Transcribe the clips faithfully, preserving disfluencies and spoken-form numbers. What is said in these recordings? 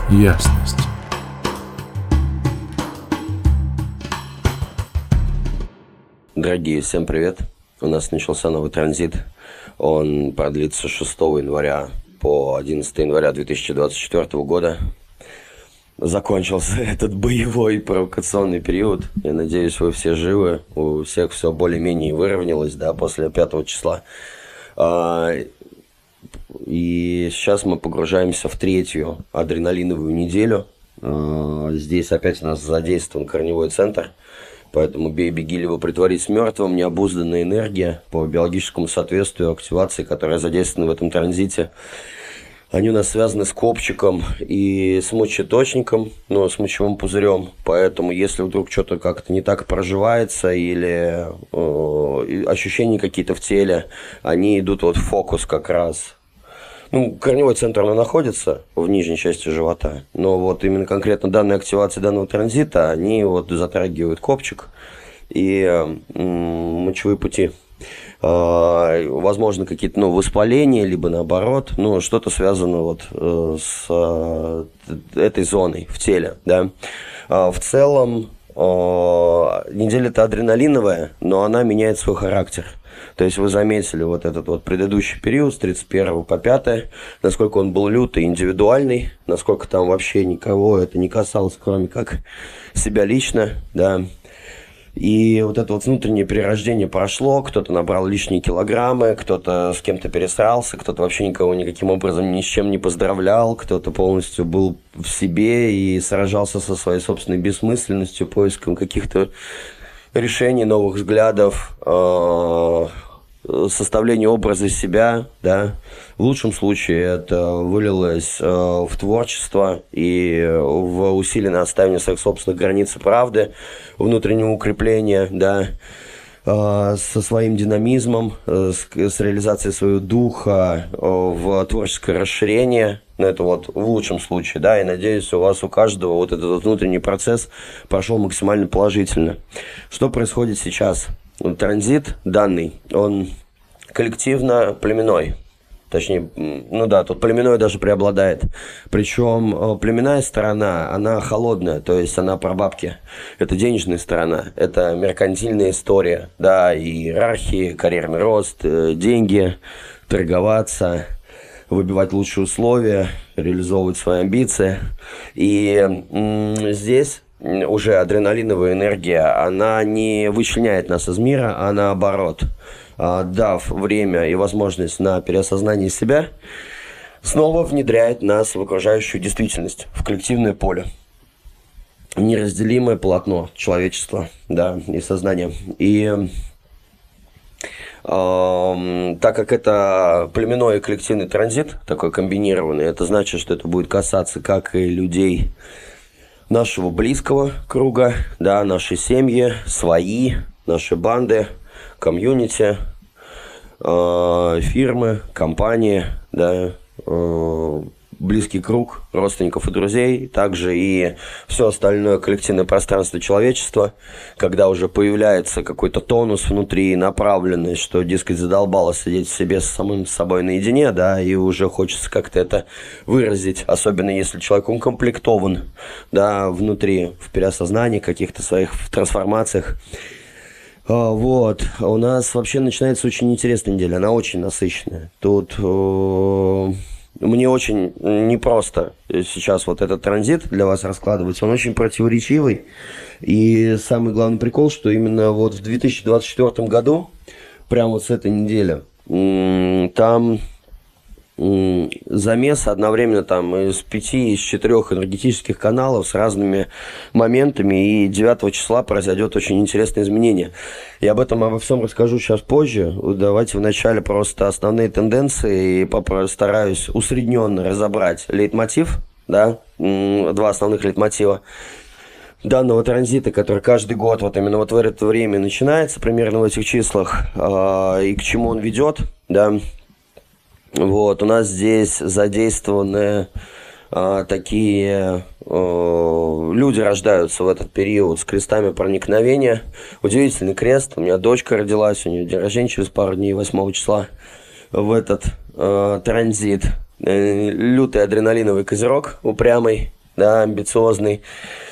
ясность. Дорогие, всем привет! У нас начался новый транзит. Он продлится с шестого января по одиннадцатое января две тысячи двадцать четвёртого года. Закончился этот боевой провокационный период. Я надеюсь, вы все живы. У всех все более-менее выровнялось, да, после пятого числа. И сейчас мы погружаемся в третью адреналиновую неделю. Здесь опять у нас задействован корневой центр. Поэтому бей, беги, либо притворись мертвым, необузданная энергия по биологическому соответствию активации, которая задействована в этом транзите. Они у нас связаны с копчиком и с мочеточником, ну, с мочевым пузырем. Поэтому, если вдруг что-то как-то не так проживается или э, ощущения какие-то в теле, они идут вот в фокус как раз. Ну, корневой центр он находится в нижней части живота, но вот именно конкретно данные активации данного транзита, они вот затрагивают копчик и м- мочевые пути. А, возможно, какие-то, ну, воспаления, либо наоборот, ну, что-то связано вот э, с э, этой зоной в теле, да. А, в целом, э, неделя-то адреналиновая, но она меняет свой характер. То есть вы заметили вот этот вот предыдущий период с тридцать первого по пятое, насколько он был лютый, индивидуальный, насколько там вообще никого это не касалось, кроме как себя лично, да. И вот это вот внутреннее перерождение прошло, кто-то набрал лишние килограммы, кто-то с кем-то пересрался, кто-то вообще никого никаким образом ни с чем не поздравлял, кто-то полностью был в себе и сражался со своей собственной бессмысленностью, поиском каких-то решений, новых взглядов, составление образа себя, да. В лучшем случае это вылилось э, в творчество и в усиленное отстаивание своих собственных границ и правды, внутреннего укрепления, да, э, со своим динамизмом, э, с, с реализацией своего духа э, в творческое расширение. Но это вот в лучшем случае, да, и надеюсь, у вас у каждого вот этот вот внутренний процесс прошел максимально положительно. Что происходит сейчас? Транзит данный, он коллективно-племенной. Точнее, ну да, тут племенной даже преобладает. Причем племенная сторона, она холодная, то есть она про бабки. Это денежная сторона, это меркантильная история, да, иерархии, карьерный рост, деньги, торговаться, выбивать лучшие условия, реализовывать свои амбиции. И м- здесь уже адреналиновая энергия, она не вычленяет нас из мира, а наоборот, дав время и возможность на переосознание себя, снова внедряет нас в окружающую действительность, в коллективное поле. Неразделимое полотно человечества, да, и сознания. И э, так как это племенной и коллективный транзит, такой комбинированный, это значит, что это будет касаться как и людей нашего близкого круга, да, наши семьи, свои, наши банды, комьюнити, э, фирмы, компании, да, э, близкий круг родственников и друзей, также и все остальное коллективное пространство человечества, когда уже появляется какой-то тонус внутри, направленность, что, дескать, задолбало сидеть в себе с самым собой наедине, да, и уже хочется как-то это выразить, особенно если человек укомплектован, да, внутри, в переосознании каких-то своих в трансформациях. Вот, у нас вообще начинается очень интересная неделя, она очень насыщенная. Тут э, мне очень непросто сейчас вот этот транзит для вас раскладывать, он очень противоречивый. И самый главный прикол, что именно вот в две тысячи двадцать четвёртом году, прямо вот с этой недели, там замес одновременно там из пяти, из четырех энергетических каналов с разными моментами, и девятого числа произойдет очень интересное изменение. Я об этом, обо всем расскажу сейчас позже. Давайте вначале просто основные тенденции, и постараюсь усредненно разобрать лейтмотив, да, два основных лейтмотива данного транзита, который каждый год вот именно вот в это время начинается, примерно в этих числах, и к чему он ведет, да. Вот, у нас здесь задействованы а, такие а, люди рождаются в этот период с крестами проникновения. Удивительный крест. У меня дочка родилась, у нее день рождения через пару дней, восьмого числа, в этот а, транзит. Лютый адреналиновый козерог, упрямый, да, амбициозный.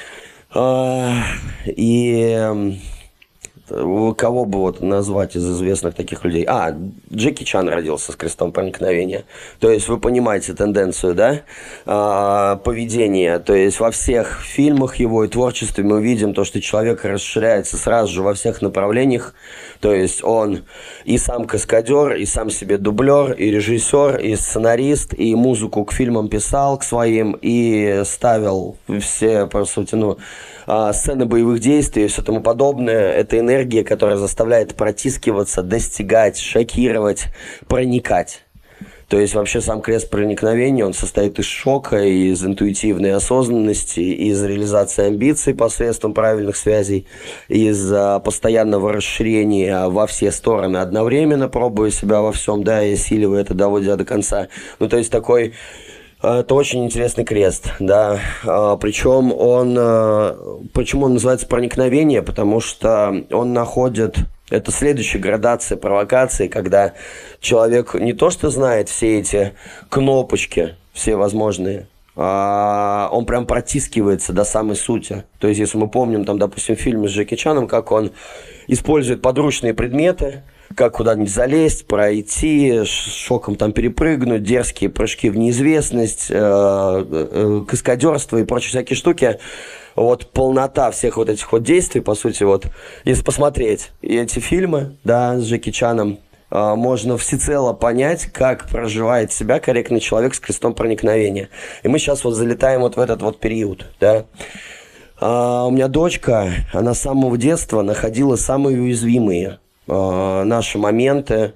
И кого бы вот назвать из известных таких людей? А, Джеки Чан родился с крестом проникновения. То есть вы понимаете тенденцию, да, а, поведения. То есть во всех фильмах его и творчестве мы видим то, что человек расширяется сразу же во всех направлениях. То есть он и сам каскадер, и сам себе дублер, и режиссер, и сценарист, и музыку к фильмам писал, к своим, и ставил все, по сути, ну, сцены боевых действий и все тому подобное. Это энергия, которая заставляет протискиваться, достигать, шокировать, проникать. То есть вообще сам крест проникновения, он состоит из шока, из интуитивной осознанности, из реализации амбиций посредством правильных связей, из а, постоянного расширения во все стороны одновременно, пробуя себя во всем, да, и осиливая это, доводя до конца. Ну, то есть такой... Это очень интересный крест, да, причем он, почему он называется проникновение, потому что он находит, это следующая градация провокации, когда человек не то что знает все эти кнопочки, все возможные, а он прям протискивается до самой сути. То есть, если мы помним, там, допустим, в фильме с Джеки Чаном, как он использует подручные предметы, как куда-нибудь залезть, пройти, шоком там перепрыгнуть, дерзкие прыжки в неизвестность, э, э, каскадерство и прочие всякие штуки. Вот полнота всех вот этих вот действий, по сути, вот, если посмотреть эти фильмы, да, с Джеки Чаном, э, можно всецело понять, как проживает себя корректный человек с крестом проникновения. И мы сейчас вот залетаем вот в этот вот период, да. А у меня дочка, она с самого детства находила самые уязвимые наши моменты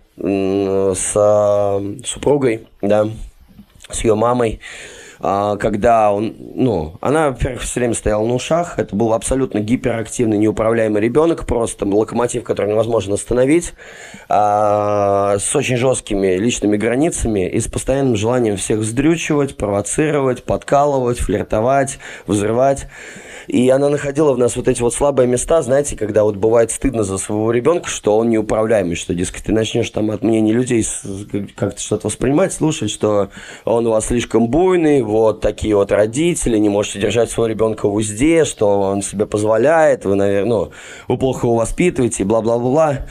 с супругой, да, с ее мамой, когда он, ну, она, во-первых, все время стояла на ушах, это был абсолютно гиперактивный, неуправляемый ребенок, просто локомотив, который невозможно остановить, с очень жесткими личными границами и с постоянным желанием всех вздрючивать, провоцировать, подкалывать, флиртовать, взрывать. И она находила в нас вот эти вот слабые места, знаете, когда вот бывает стыдно за своего ребенка, что он неуправляемый, что, дескать, ты начнешь там от мнения людей как-то что-то воспринимать, слушать, что он у вас слишком буйный, вот такие вот родители, не можете держать своего ребенка в узде, что он себе позволяет, вы, наверное, ну, вы плохо его воспитываете, бла-бла-бла-бла.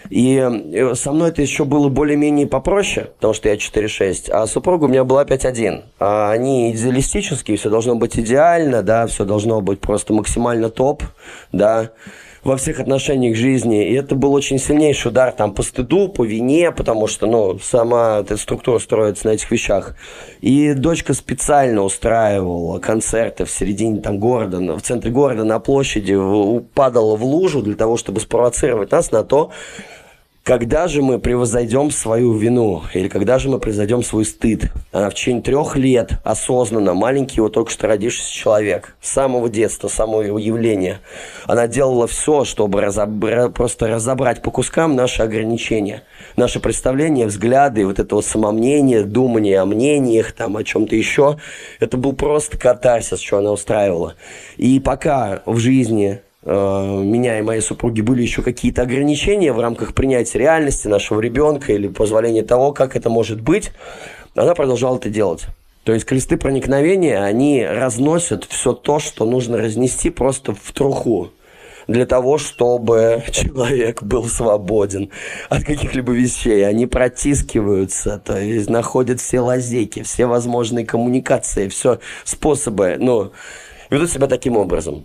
И со мной это еще было более-менее попроще, потому что я четыре шесть, а супруга у меня была пять один. А они идеалистические, все должно быть идеально, да, все должно быть просто максимально топ, да, во всех отношениях жизни. И это был очень сильнейший удар там по стыду, по вине, потому что, ну, сама эта структура строится на этих вещах. И дочка специально устраивала концерты в середине там города, в центре города, на площади, падала в лужу для того, чтобы спровоцировать нас на то, когда же мы превозойдем свою вину, или когда же мы превозойдем свой стыд. Она в течение трех лет осознанно, маленький вот только что родившийся человек, с самого детства, с самого его явления, она делала все, чтобы разобра- просто разобрать по кускам наши ограничения, наши представления, взгляды, вот это вот самомнение, думание о мнениях, там, о чем-то еще. Это был просто катарсис, что она устраивала. И пока в жизни... меня и моей супруги были еще какие-то ограничения в рамках принятия реальности нашего ребенка или позволения того, как это может быть, она продолжала это делать. То есть кресты проникновения, они разносят все то, что нужно разнести просто в труху, для того, чтобы человек был свободен от каких-либо вещей. Они протискиваются, то есть находят все лазейки, все возможные коммуникации, все способы, ну, ведут себя таким образом.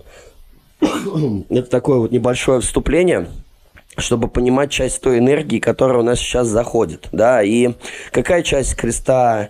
Это такое вот небольшое вступление, чтобы понимать часть той энергии, которая у нас сейчас заходит, да, и какая часть креста...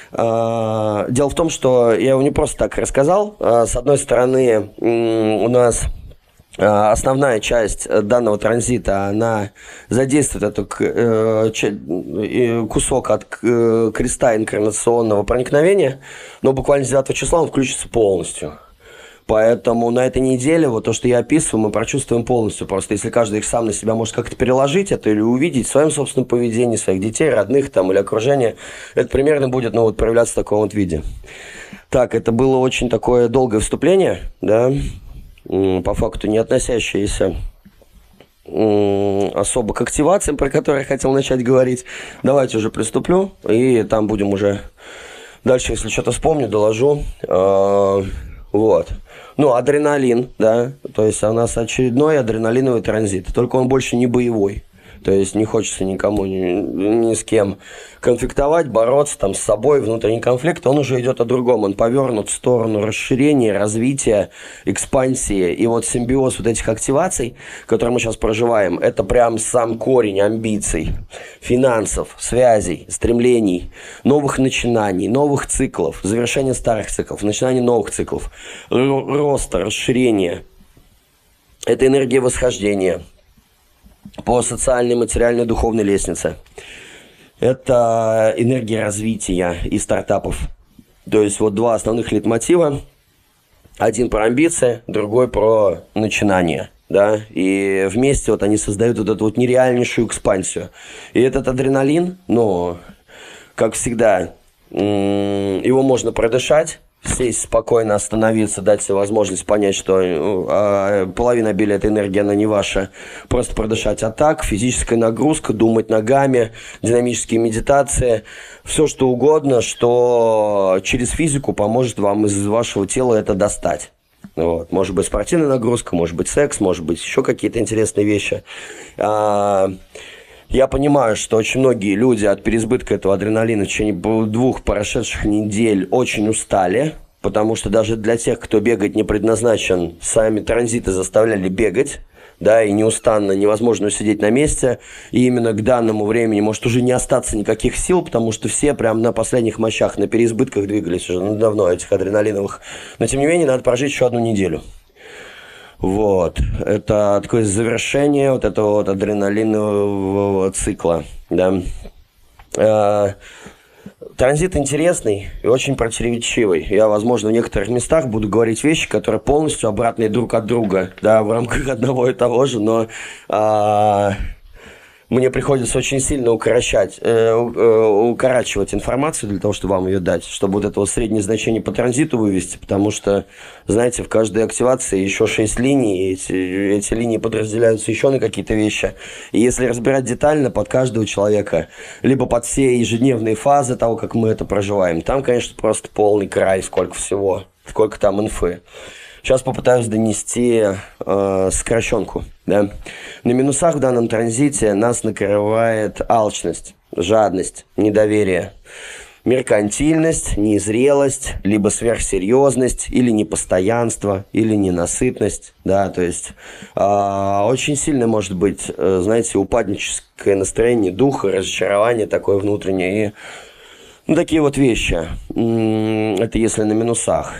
Э, дело в том, что я его не просто так рассказал. Э, с одной стороны, э, у нас э, основная часть данного транзита, она задействует этот э, э, кусок от э, креста инкарнационного проникновения, но буквально с девятого числа он включится полностью. Поэтому на этой неделе вот то, что я описываю, мы прочувствуем полностью. Просто если каждый их сам на себя может как-то переложить это или увидеть в своем собственном поведении, своих детей, родных там или окружения, это примерно будет, ну, вот, проявляться в таком вот виде. Так, это было очень такое долгое вступление, да, по факту не относящееся особо к активациям, про которые я хотел начать говорить. Давайте уже приступлю, и там будем уже... Дальше, если что-то вспомню, доложу. Вот. Ну, адреналин, да, то есть у нас очередной адреналиновый транзит, только он больше не боевой. То есть не хочется никому, ни, ни с кем конфликтовать, бороться там с собой, внутренний конфликт, он уже идет о другом, он повернут в сторону расширения, развития, экспансии. И вот симбиоз вот этих активаций, которые мы сейчас проживаем, это прям сам корень амбиций, финансов, связей, стремлений, новых начинаний, новых циклов, завершения старых циклов, начинания новых циклов, роста, расширения. Это энергия восхождения по социальной, материальной, духовной лестнице. Это энергия развития и стартапов. То есть вот два основных лейтмотива. Один про амбиции, другой про начинание. Да? И вместе вот они создают вот эту вот нереальнейшую экспансию. И этот адреналин, ну, как всегда, его можно продышать, сесть спокойно, остановиться, дать себе возможность понять, что э, половина обилия этой энергии, она не ваша. Просто продышать. А так, физическая нагрузка, думать ногами, динамические медитации, все что угодно, что через физику поможет вам из вашего тела это достать. Вот. Может быть спортивная нагрузка, может быть секс, может быть еще какие-то интересные вещи. А, Я понимаю, что очень многие люди от переизбытка этого адреналина в течение двух прошедших недель очень устали, потому что даже для тех, кто бегать не предназначен, сами транзиты заставляли бегать, да, и неустанно, невозможно сидеть на месте, и именно к данному времени может уже не остаться никаких сил, потому что все прям на последних мощах, на переизбытках двигались уже ну, давно, этих адреналиновых, но тем не менее надо прожить еще одну неделю. Вот, это такое завершение вот этого вот адреналинового цикла, да. Э, Транзит интересный и очень противоречивый. Я, возможно, в некоторых местах буду говорить вещи, которые полностью обратные друг от друга, да, в рамках одного и того же, но э, мне приходится очень сильно укорочать, э, укорачивать информацию для того, чтобы вам ее дать, чтобы вот это вот среднее значение по транзиту вывести, потому что, знаете, в каждой активации еще шесть линий, и эти, эти линии подразделяются еще на какие-то вещи. И если разбирать детально под каждого человека, либо под все ежедневные фазы того, как мы это проживаем, там, конечно, просто полный край, сколько всего, сколько там инфы. Сейчас попытаюсь донести э, сокращенку. Да? На минусах в данном транзите нас накрывает алчность, жадность, недоверие, меркантильность, незрелость, либо сверхсерьезность, или непостоянство, или ненасытность. Да? То есть э, очень сильно может быть, э, знаете, упадническое настроение духа, разочарование такое внутреннее. И, ну, такие вот вещи. Это если на минусах.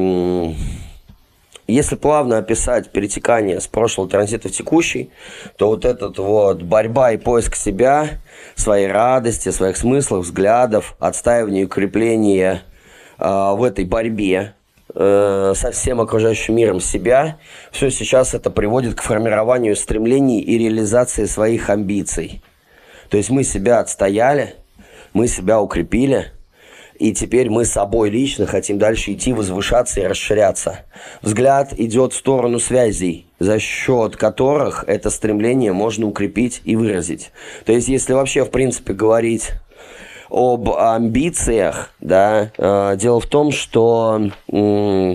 Если плавно описать перетекание с прошлого транзита в текущий, то вот этот вот борьба и поиск себя, своей радости, своих смыслов, взглядов, отстаивание и укрепление э, в этой борьбе э, со всем окружающим миром себя, все сейчас это приводит к формированию стремлений и реализации своих амбиций. То есть мы себя отстояли, мы себя укрепили, и теперь мы собой лично хотим дальше идти, возвышаться и расширяться. Взгляд идет в сторону связей, за счет которых это стремление можно укрепить и выразить. То есть, если вообще, в принципе, говорить об амбициях, да, э, дело в том, что... М-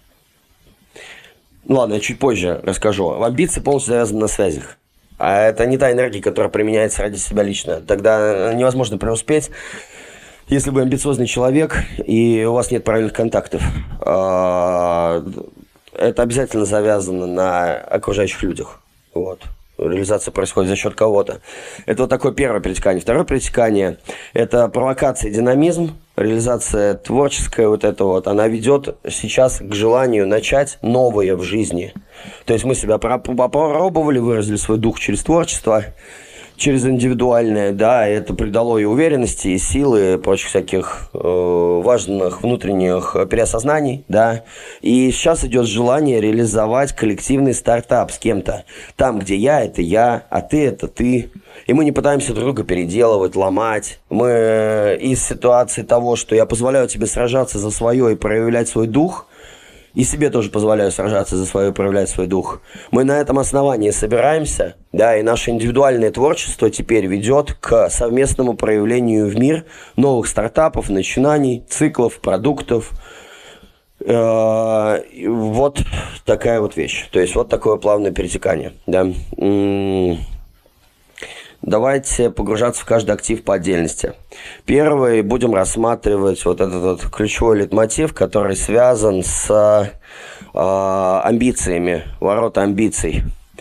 ну ладно, я чуть позже расскажу. Амбиции полностью завязаны на связях. А это не та энергия, которая применяется ради себя лично. Тогда невозможно преуспеть. Если вы амбициозный человек и у вас нет правильных контактов, это обязательно завязано на окружающих людях. Вот. Реализация происходит за счет кого-то. Это вот такое первое перетекание. Второе перетекание – это провокация и динамизм. Реализация творческая вот эта вот, она ведет сейчас к желанию начать новое в жизни. То есть мы себя попробовали, выразили свой дух через творчество, через индивидуальное, да, это придало и уверенности, и силы, и прочих всяких э, важных внутренних переосознаний, да. И сейчас идет желание реализовать коллективный стартап с кем-то. Там, где я, это я, а ты, это ты. И мы не пытаемся друг друга переделывать, ломать. Мы из ситуации того, что я позволяю тебе сражаться за свое и проявлять свой дух, и себе тоже позволяю сражаться за свое и проявлять свой дух. Мы на этом основании собираемся, да, и наше индивидуальное творчество теперь ведет к совместному проявлению в мир новых стартапов, начинаний, циклов, продуктов, Э, вот такая вот вещь. То есть вот такое плавное перетекание. Да. Давайте погружаться в каждый актив по отдельности. Первый будем рассматривать вот этот вот ключевой лейтмотив, который связан с э, амбициями, ворота амбиций.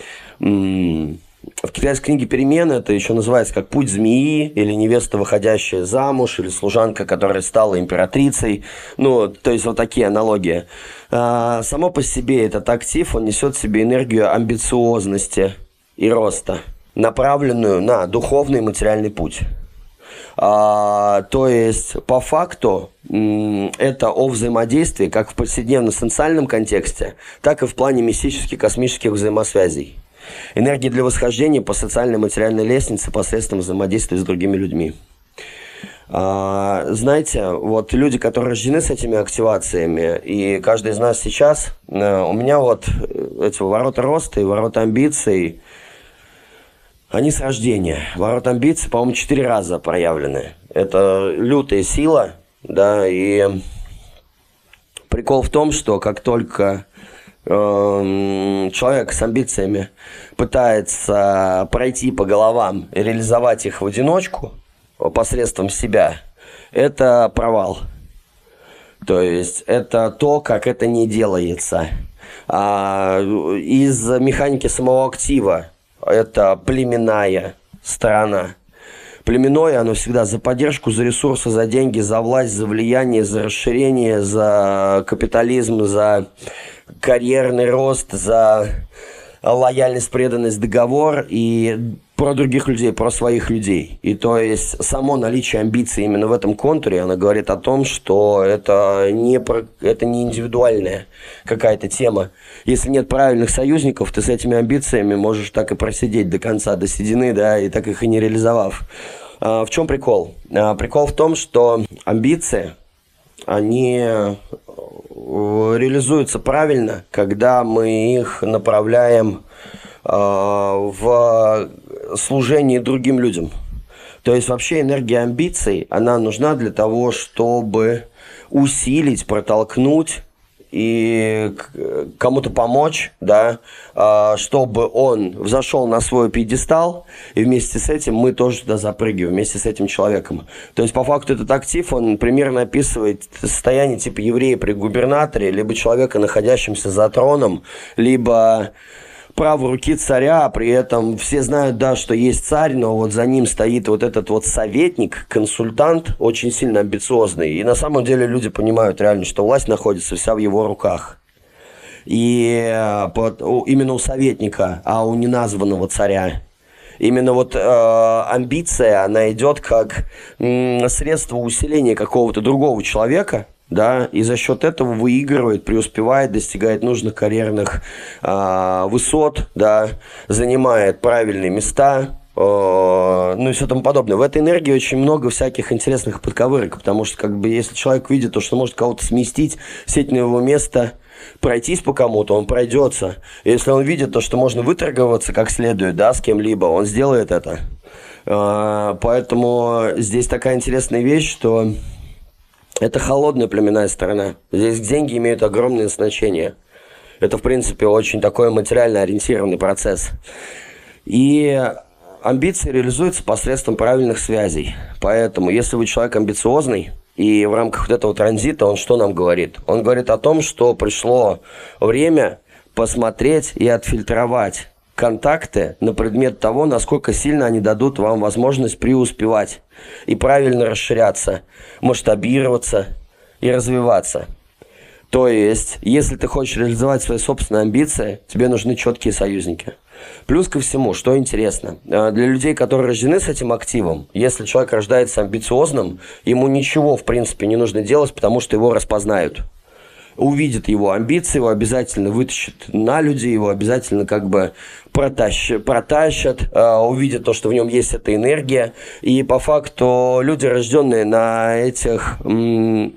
В китайской книге «Перемены» это еще называется как «Путь змеи» или «Невеста, выходящая замуж», или «Служанка, которая стала императрицей». Ну, то есть вот такие аналогии. А, само по себе этот актив, он несет в себе энергию амбициозности и роста, направленную на духовный и материальный путь. А, то есть, по факту, это о взаимодействии как в повседневно-социальном контексте, так и в плане мистических космических взаимосвязей. Энергия для восхождения по социальной и материальной лестнице посредством взаимодействия с другими людьми. А, знаете, вот люди, которые рождены с этими активациями, и каждый из нас сейчас, у меня вот эти ворота роста и ворота амбиций, они с рождения. Ворота амбиций, по-моему, четыре раза проявлены. Это лютая сила, да, и прикол в том, что как только э, человек с амбициями пытается пройти по головам и реализовать их в одиночку посредством себя, это провал. То есть это то, как это не делается. А из механики самого актива это племенная сторона. Племенное, оно всегда за поддержку, за ресурсы, за деньги, за власть, за влияние, за расширение, за капитализм, за карьерный рост, за лояльность, преданность, договор и про других людей, про своих людей. И то есть само наличие амбиций именно в этом контуре, оно говорит о том, что это не, про, это не индивидуальная какая-то тема. Если нет правильных союзников, ты с этими амбициями можешь так и просидеть до конца, до седины, да, и так их и не реализовав. А в чем прикол? А, прикол в том, что амбиции, они реализуются правильно, когда мы их направляем в служении другим людям. То есть вообще энергия амбиций, она нужна для того, чтобы усилить, протолкнуть и кому-то помочь, да, чтобы он взошел на свой пьедестал, и вместе с этим мы тоже туда запрыгиваем, вместе с этим человеком. То есть по факту этот актив, он примерно описывает состояние типа еврея при губернаторе, либо человека, находящимся за троном, либо правой руки царя, при этом все знают, да, что есть царь, но вот за ним стоит вот этот вот советник, консультант, очень сильно амбициозный. И на самом деле люди понимают реально, что власть находится вся в его руках. И именно у советника, а у неназванного царя. Именно вот э, амбиция, она идет как м, средство усиления какого-то другого человека, да, и за счет этого выигрывает, преуспевает, достигает нужных карьерных э, высот, да, занимает правильные места, э, ну и все тому подобное. В этой энергии очень много всяких интересных подковырок, потому что как бы если человек видит то, что может кого-то сместить, сесть на его место, пройтись по кому-то, он пройдется. Если он видит то, что можно выторговаться как следует, да, с кем-либо, он сделает это. Э, поэтому здесь такая интересная вещь, что это холодная племенная сторона. Здесь деньги имеют огромное значение. Это, в принципе, очень такой материально ориентированный процесс. И амбиции реализуются посредством правильных связей. Поэтому, если вы человек амбициозный, и в рамках вот этого транзита он что нам говорит? Он говорит о том, что пришло время посмотреть и отфильтровать контакты на предмет того, насколько сильно они дадут вам возможность преуспевать и правильно расширяться, масштабироваться и развиваться. То есть, если ты хочешь реализовать свои собственные амбиции, тебе нужны четкие союзники. Плюс ко всему, что интересно, для людей, которые рождены с этим активом, если человек рождается амбициозным, ему ничего в принципе не нужно делать, потому что его распознают. Увидят его амбиции, его обязательно вытащат на люди, его обязательно как бы протащат, протащат э, увидят то, что в нем есть эта энергия. И по факту люди, рожденные на этих м-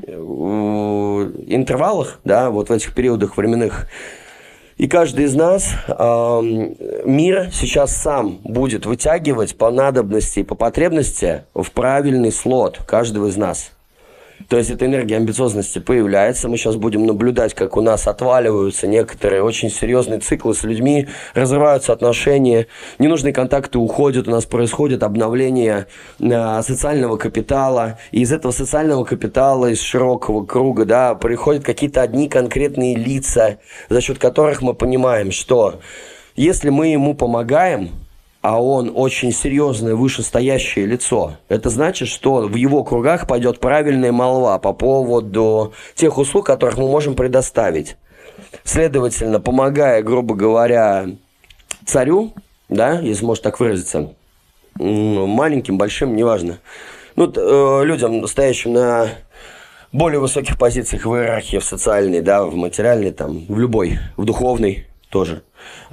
интервалах, да, вот в этих периодах временных, и каждый из нас, э, мир сейчас сам будет вытягивать по надобности и по потребности в правильный слот каждого из нас. То есть эта энергия амбициозности появляется. Мы сейчас будем наблюдать, как у нас отваливаются некоторые очень серьезные циклы с людьми, разрываются отношения, ненужные контакты уходят, у нас происходит обновление э, социального капитала. И из этого социального капитала, из широкого круга, да, приходят какие-то одни конкретные лица, за счет которых мы понимаем, что если мы ему помогаем, а он очень серьезное вышестоящее лицо, это значит, что в его кругах пойдет правильная молва по поводу тех услуг, которых мы можем предоставить. Следовательно, помогая, грубо говоря, царю, да, если можно так выразиться, маленьким, большим, неважно, ну, людям, стоящим на более высоких позициях в иерархии, в социальной, да, в материальной, там, в любой, в духовной тоже.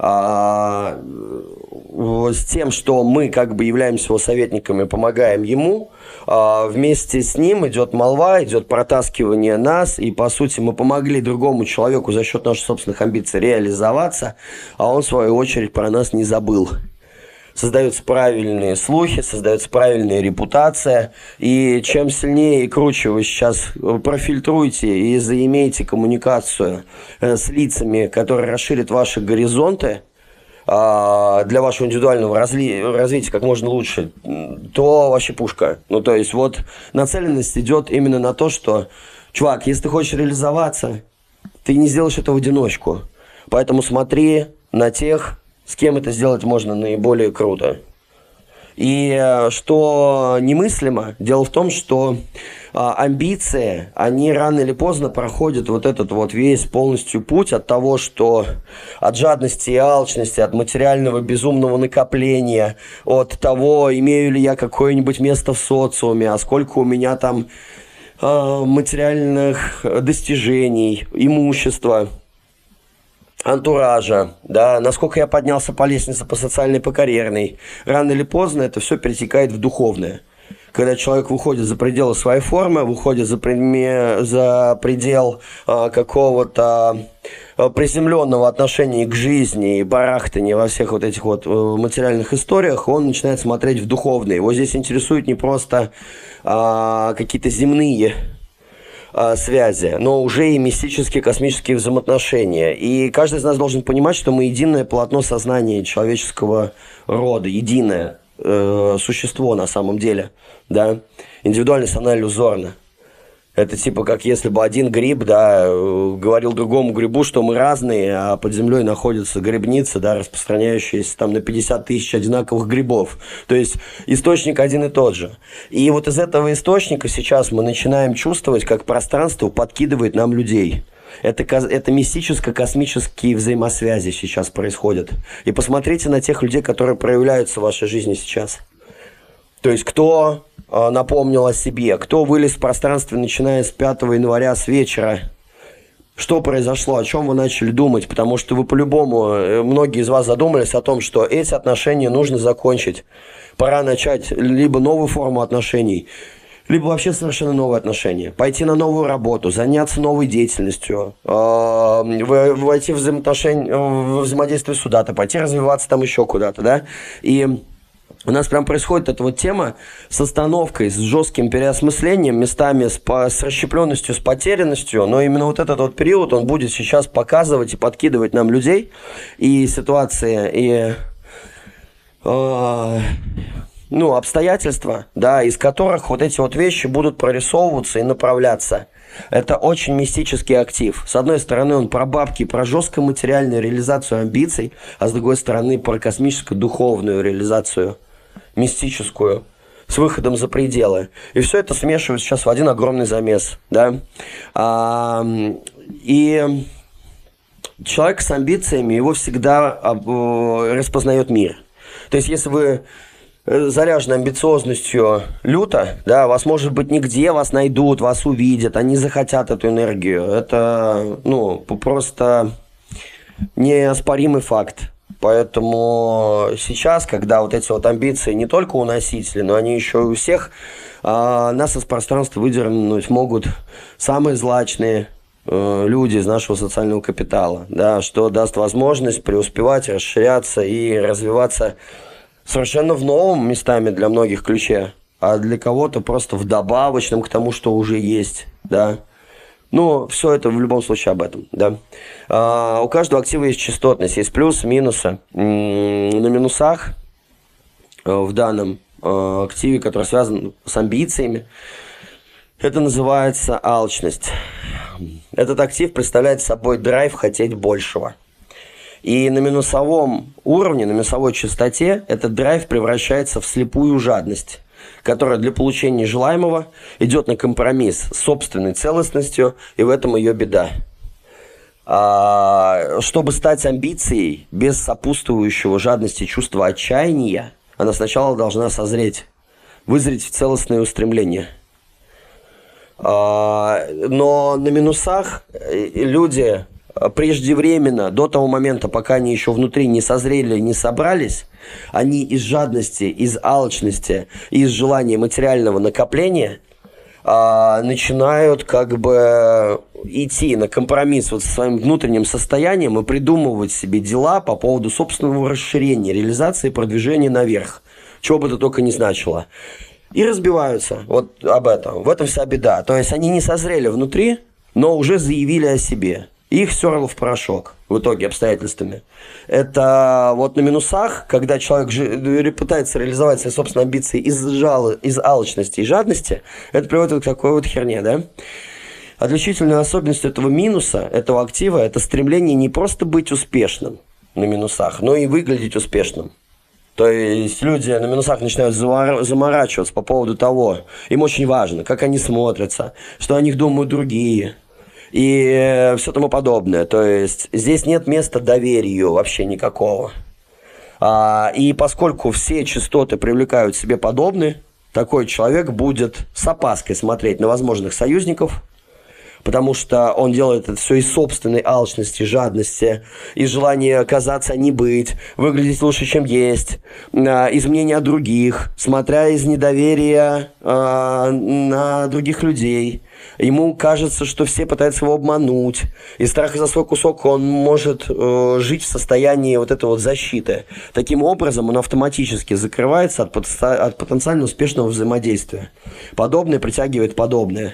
А, с тем, что мы как бы являемся его советниками, помогаем ему, а, вместе с ним идет молва, идет протаскивание нас, и по сути мы помогли другому человеку за счет наших собственных амбиций реализоваться, а он в свою очередь про нас не забыл. Создаются правильные слухи, создается правильная репутация, и чем сильнее и круче вы сейчас профильтруете и заимеете коммуникацию с лицами, которые расширят ваши горизонты для вашего индивидуального разли- развития как можно лучше, то вообще пушка. Ну, то есть вот нацеленность идет именно на то, что, чувак, если ты хочешь реализоваться, ты не сделаешь это в одиночку, поэтому смотри на тех, с кем это сделать можно наиболее круто. И что немыслимо, дело в том, что а, амбиции, они рано или поздно проходят вот этот вот весь полностью путь от того, что от жадности и алчности, от материального безумного накопления, от того, имею ли я какое-нибудь место в социуме, а сколько у меня там а, материальных достижений, имущества, антуража, да, насколько я поднялся по лестнице, по социальной, по карьерной. Рано или поздно это все перетекает в духовное. Когда человек выходит за пределы своей формы, выходит за, предме, за предел а, какого-то а, приземленного отношения к жизни и барахтания во всех вот этих вот а, материальных историях, он начинает смотреть в духовное. Его здесь интересует не просто а, какие-то земные связи, но уже и мистические космические взаимоотношения. И каждый из нас должен понимать, что мы единое полотно сознания человеческого рода, единое э, существо на самом деле, да, индивидуальность, она иллюзорна. Это типа как если бы один гриб, да, говорил другому грибу, что мы разные, а под землей находится грибница, да, распространяющаяся там на пятьдесят тысяч одинаковых грибов. То есть источник один и тот же. И вот из этого источника сейчас мы начинаем чувствовать, как пространство подкидывает нам людей. Это, это мистическо-космические взаимосвязи сейчас происходят. И посмотрите на тех людей, которые проявляются в вашей жизни сейчас. То есть кто напомнил о себе, кто вылез в пространстве, начиная с пятого января, с вечера. Что произошло, о чем вы начали думать, потому что вы по-любому, многие из вас задумались о том, что эти отношения нужно закончить. Пора начать либо новую форму отношений, либо вообще совершенно новые отношения. Пойти на новую работу, заняться новой деятельностью, войти в взаимоотношения, в взаимодействие с куда-то, пойти развиваться там еще куда-то, да, и у нас прям происходит эта вот тема с остановкой, с жестким переосмыслением, местами с, по, с расщепленностью, с потерянностью, но именно вот этот вот период, он будет сейчас показывать и подкидывать нам людей и ситуации, и э, ну, обстоятельства, да, из которых вот эти вот вещи будут прорисовываться и направляться. Это очень мистический актив. С одной стороны, он про бабки, про жесткую материальную реализацию амбиций, а с другой стороны, про космическую духовную реализацию, мистическую, с выходом за пределы. И все это смешивается сейчас в один огромный замес, да. А, и человек с амбициями, его всегда распознает мир. То есть, если вы заряжены амбициозностью люто, да, вас, может быть, нигде вас найдут, вас увидят, они захотят эту энергию. Это, ну, просто неоспоримый факт. Поэтому сейчас, когда вот эти вот амбиции не только у носителей, но они еще и у всех, а, нас из пространства выдернуть могут самые злачные э, люди из нашего социального капитала, да, что даст возможность преуспевать, расширяться и развиваться совершенно в новом местами для многих ключе. а для кого-то просто вдобавочном к тому, что уже есть, да. Ну, все это в любом случае об этом, да. А, у каждого актива есть частотность, есть плюсы, минусы. М-м, на минусах э, в данном э, активе, который связан с амбициями, это называется алчность. Этот актив представляет собой драйв хотеть большего. И на минусовом уровне, на минусовой частоте, этот драйв превращается в слепую жадность, которая для получения желаемого идет на компромисс с собственной целостностью, и в этом ее беда. А, чтобы стать амбицией без сопутствующего жадности чувства отчаяния, она сначала должна созреть, вызреть в целостное устремление. А, но на минусах люди преждевременно, до того момента, пока они еще внутри не созрели, не собрались, они из жадности, из алчности, из желания материального накопления а, начинают как бы идти на компромисс вот со своим внутренним состоянием и придумывать себе дела по поводу собственного расширения, реализации, продвижения наверх, чего бы это только ни значило. И разбиваются вот об этом. В этом вся беда. То есть они не созрели внутри, но уже заявили о себе. Их стерло в порошок в итоге обстоятельствами. Это вот на минусах, когда человек же, пытается реализовать свои собственные амбиции из, жал, из алчности и жадности, это приводит к такой вот херне, да? Отличительной особенностью этого минуса, этого актива, это стремление не просто быть успешным на минусах, но и выглядеть успешным. То есть люди на минусах начинают заморачиваться по поводу того, им очень важно, как они смотрятся, что о них думают другие и все тому подобное. То есть здесь нет места доверию вообще никакого. А, и поскольку все частоты привлекают себе подобные, такой человек будет с опаской смотреть на возможных союзников, потому что он делает это все из собственной алчности, жадности, из желания казаться, а не быть, выглядеть лучше, чем есть, из мнения о других, смотря из недоверия э, на других людей. Ему кажется, что все пытаются его обмануть. Из страха за свой кусок он может э, жить в состоянии вот этой вот защиты. Таким образом, он автоматически закрывается от, от потенциально успешного взаимодействия. Подобное притягивает подобное.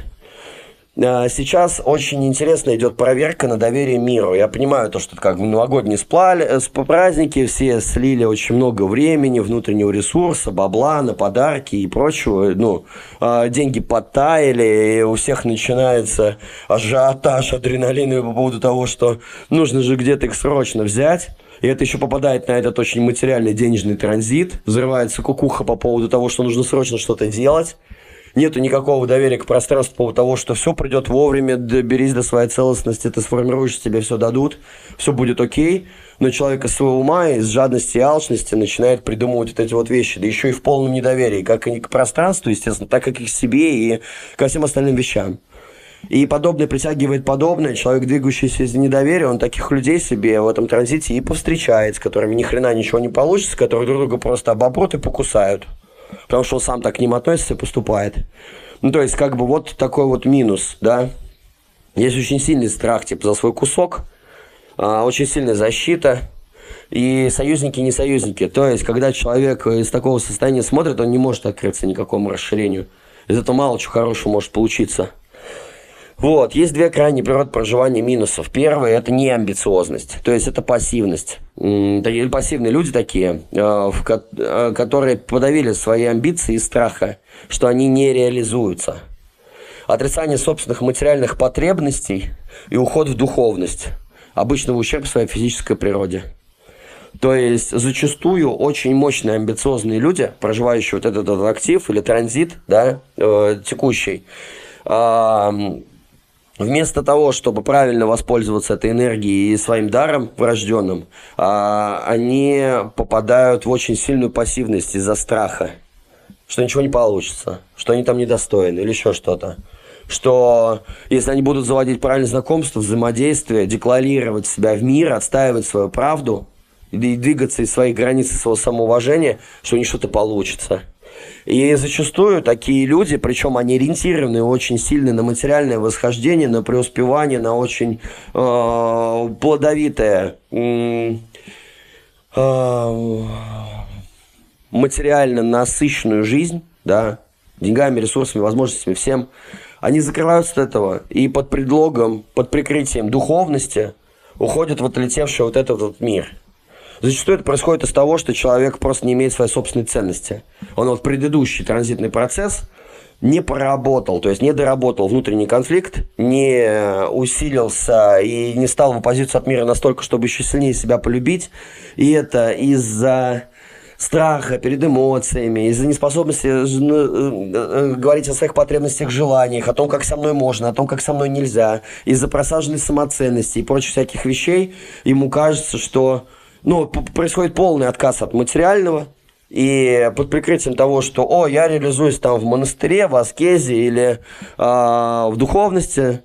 Сейчас очень интересно идет проверка на доверие миру. Я понимаю то, что как новогодние сплали, праздники, все слили очень много времени, внутреннего ресурса, бабла на подарки и прочего. Ну, деньги подтаяли, и у всех начинается ажиотаж адреналиновый по поводу того, что нужно же где-то их срочно взять. И это еще попадает на этот очень материальный денежный транзит. Взрывается кукуха по поводу того, что нужно срочно что-то делать. Нету никакого доверия к пространству по поводу того, что все придет вовремя, доберись до своей целостности, ты сформируешь, тебе все дадут, все будет окей. Но человек из своего ума, из жадности и алчности начинает придумывать вот эти вот вещи, да еще и в полном недоверии, как и к пространству, естественно, так как и к себе и ко всем остальным вещам. И подобное притягивает подобное. Человек, двигающийся из недоверия, он таких людей себе в этом транзите и повстречает, с которыми ни хрена ничего не получится, которые друг друга просто обопрут и покусают. Потому что он сам так к ним относится и поступает. Ну, то есть, как бы вот такой вот минус, да. Есть очень сильный страх, типа, за свой кусок, а, очень сильная защита, и союзники не союзники. То есть, когда человек из такого состояния смотрит, он не может открыться никакому расширению. Из этого мало чего хорошего может получиться. Вот, есть две крайние природы проживания минусов. Первое – это неамбициозность, то есть это пассивность. Такие пассивные люди такие, которые подавили свои амбиции из страха, что они не реализуются. Отрицание собственных материальных потребностей и уход в духовность, обычно в ущерб своей физической природе. То есть зачастую очень мощные амбициозные люди, проживающие вот этот, этот актив или транзит, да, э, текущий, э, вместо того, чтобы правильно воспользоваться этой энергией и своим даром врожденным, они попадают в очень сильную пассивность из-за страха, что ничего не получится, что они там недостойны или еще что-то. Что если они будут заводить правильные знакомства, взаимодействие, декларировать себя в мир, отстаивать свою правду и двигаться из своих границ и своего самоуважения, что у них что-то получится. И зачастую такие люди, причем они ориентированы очень сильно на материальное восхождение, на преуспевание, на очень э, плодовитое, э, э, материально насыщенную жизнь, да, деньгами, ресурсами, возможностями, всем, они закрываются от этого и под предлогом, под прикрытием духовности уходят в отлетевший вот этот вот мир. Зачастую это происходит из того, что человек просто не имеет своей собственной ценности. Он вот предыдущий транзитный процесс не проработал, то есть не доработал внутренний конфликт, не усилился и не стал в оппозицию от мира настолько, чтобы еще сильнее себя полюбить. И это из-за страха перед эмоциями, из-за неспособности говорить о своих потребностях, желаниях, о том, как со мной можно, о том, как со мной нельзя, из-за просаженной самоценности и прочих всяких вещей, ему кажется, что ну, происходит полный отказ от материального, и под прикрытием того, что «О, я реализуюсь там в монастыре, в аскезе или э, в духовности»,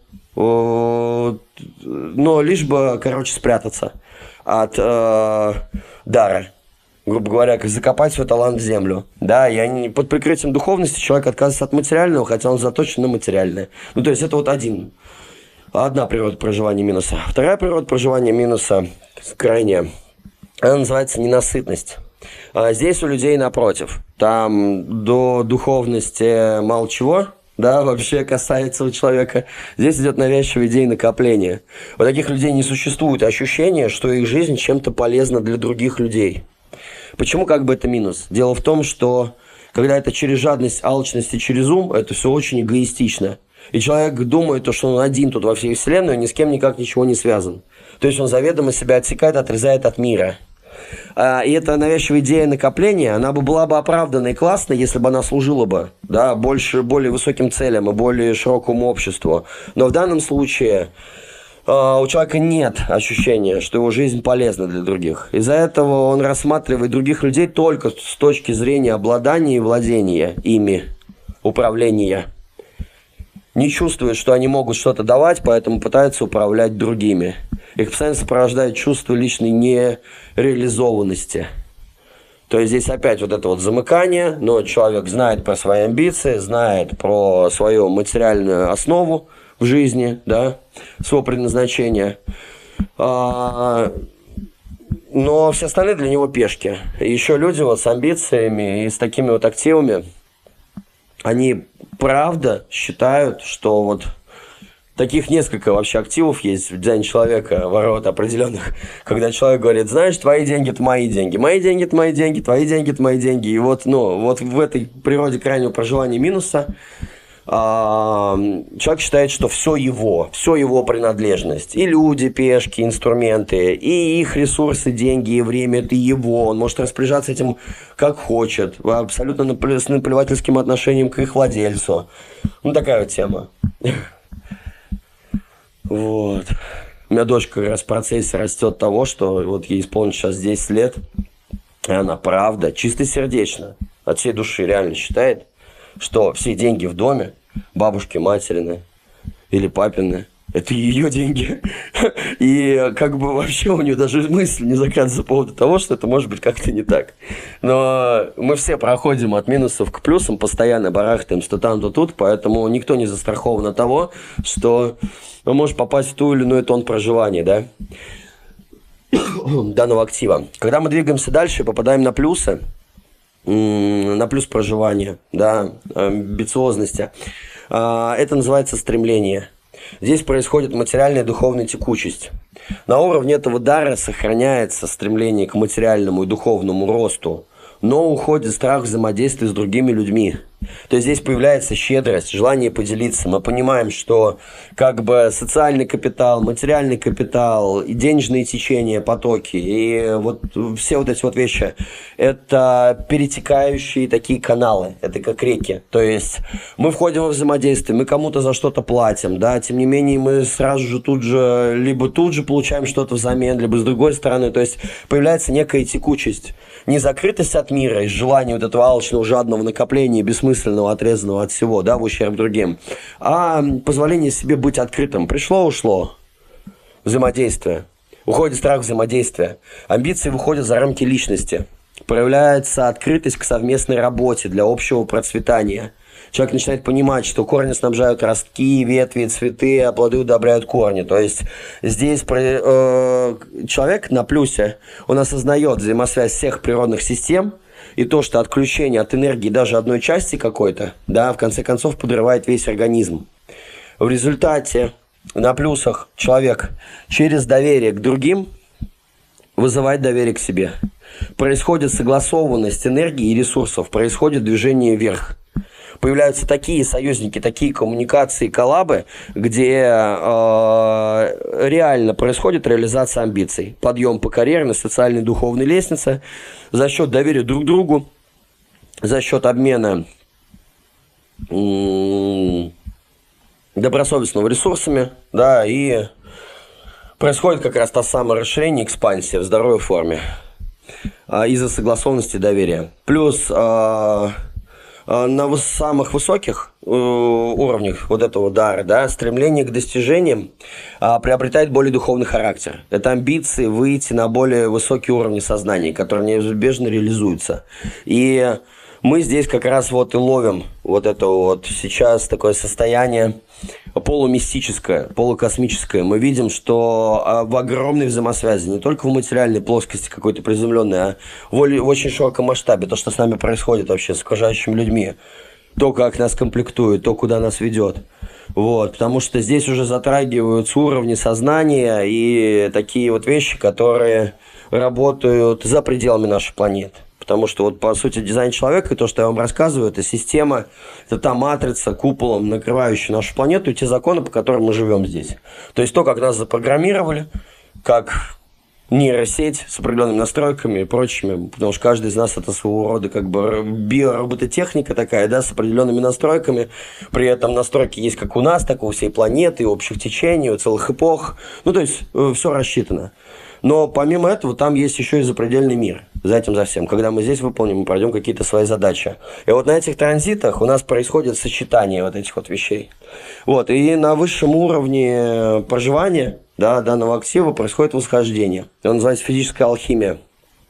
э, но лишь бы, короче, спрятаться от э, дара. Грубо говоря, как закопать свой талант в землю. Да, я не, под прикрытием духовности человек отказывается от материального, хотя он заточен на материальное. Ну, то есть это вот один, одна природа проживания минуса. Вторая природа проживания минуса, крайняя, она называется ненасытность. А здесь у людей напротив. Там до духовности мало чего, да, вообще касается у человека. Здесь идет навязчивая идея накопления. У таких людей не существует ощущения, что их жизнь чем-то полезна для других людей. Почему как бы это минус? Дело в том, что когда это через жадность, алчность и через ум, это все очень эгоистично. И человек думает, что он один тут во всей вселенной, ни с кем никак ничего не связан. То есть он заведомо себя отсекает, отрезает от мира. И эта навязчивая идея накопления, она бы была бы оправдана и классна, если бы она служила бы, да, больше, более высоким целям и более широкому обществу. Но в данном случае у человека нет ощущения, что его жизнь полезна для других. Из-за этого он рассматривает других людей только с точки зрения обладания и владения ими, управления. Не чувствует, что они могут что-то давать, поэтому пытаются управлять другими. Их постоянно сопровождает чувство личной нереализованности. То есть здесь опять вот это вот замыкание, но человек знает про свои амбиции, знает про свою материальную основу в жизни, да, свое предназначение. А, но все остальные для него пешки. И еще люди вот с амбициями и с такими вот активами, они правда считают, что вот таких несколько вообще активов есть в дизайне человека, ворот определенных, когда человек говорит, знаешь, твои деньги – это мои деньги, мои деньги – это мои деньги, твои деньги – это мои деньги. И вот, ну, вот в этой природе крайнего проживания минуса человек считает, что все его, все его принадлежность. И люди, пешки, инструменты, и их ресурсы, деньги, и время – это его. Он может распоряжаться этим как хочет, абсолютно с наплевательским отношением к их владельцу. Ну, такая вот тема. Вот. У меня дочка как раз в процессе растет того, что вот ей исполнится сейчас десять лет, и она правда, чистосердечно, от всей души реально считает, что все деньги в доме, бабушки, материны или папины, это ее деньги. И как бы вообще у нее даже мысль не закрадывается по поводу того, что это может быть как-то не так. Но мы все проходим от минусов к плюсам, постоянно барахтаем то там, то тут, поэтому никто не застрахован от того, что он может попасть в ту или иную тон проживания, да, данного актива. Когда мы двигаемся дальше, попадаем на плюсы, на плюс проживания, да, амбициозности, это называется стремление. Здесь происходит материальная и духовная текучесть. На уровне этого дара сохраняется стремление к материальному и духовному росту, но уходит страх взаимодействия с другими людьми. То есть здесь появляется щедрость, желание поделиться. Мы понимаем, что как бы социальный капитал, материальный капитал, и денежные течения, потоки, и вот все вот эти вот вещи, это перетекающие такие каналы, это как реки. То есть мы входим во взаимодействие, мы кому-то за что-то платим, да, тем не менее мы сразу же тут же, либо тут же получаем что-то взамен, либо с другой стороны, то есть появляется некая текучесть, не закрытость от мира, из желания вот этого алчного, жадного накопления, бессмысленного, отрезанного от всего, да, в ущерб другим, а позволение себе быть открытым. Пришло, ушло. Взаимодействие. Уходит страх взаимодействия. Амбиции выходят за рамки личности. Проявляется открытость к совместной работе для общего процветания. Человек начинает понимать, что корни снабжают ростки, ветви, цветы, а плоды удобряют корни. То есть здесь э, человек на плюсе, он осознает взаимосвязь всех природных систем и то, что отключение от энергии даже одной части какой-то, да, в конце концов подрывает весь организм. В результате на плюсах человек через доверие к другим вызывает доверие к себе. Происходит согласованность энергии и ресурсов, происходит движение вверх. Появляются такие союзники, такие коммуникации, коллабы, где э, реально происходит реализация амбиций. Подъем по карьерной, социальной, духовной лестнице за счет доверия друг к другу, за счет обмена м- добросовестного ресурсами, да, и происходит как раз то самое расширение, экспансия в здоровой форме э, из-за согласованности и доверия. Плюс э, на самых высоких э, уровнях вот этого дара, да, стремление к достижениям э, приобретает более духовный характер. Это амбиции выйти на более высокие уровни сознания, которые неизбежно реализуются. И мы здесь как раз вот и ловим вот это вот сейчас такое состояние полумистическое, полукосмическое. Мы видим, что в огромной взаимосвязи, не только в материальной плоскости какой-то приземленной, а в очень широком масштабе, то, что с нами происходит вообще, с окружающими людьми, то, как нас комплектует, то, куда нас ведет. Вот, потому что здесь уже затрагиваются уровни сознания и такие вот вещи, которые работают за пределами нашей планеты. Потому что, вот, по сути, дизайн человека, и то, что я вам рассказываю, это система, это та матрица, куполом, накрывающая нашу планету, и те законы, по которым мы живем здесь. То есть то, как нас запрограммировали, как нейросеть с определенными настройками и прочими, потому что каждый из нас это своего рода как бы биоробототехника такая, да, с определенными настройками. При этом настройки есть как у нас, так и у всей планеты, и общих течений, у целых эпох. Ну, то есть все рассчитано. Но помимо этого там есть еще и запредельный мир. За этим, за всем. Когда мы здесь выполним, мы пройдем какие-то свои задачи. И вот на этих транзитах у нас происходит сочетание вот этих вот вещей. Вот. И на высшем уровне проживания, да, данного актива происходит восхождение. Он называется физическая алхимия.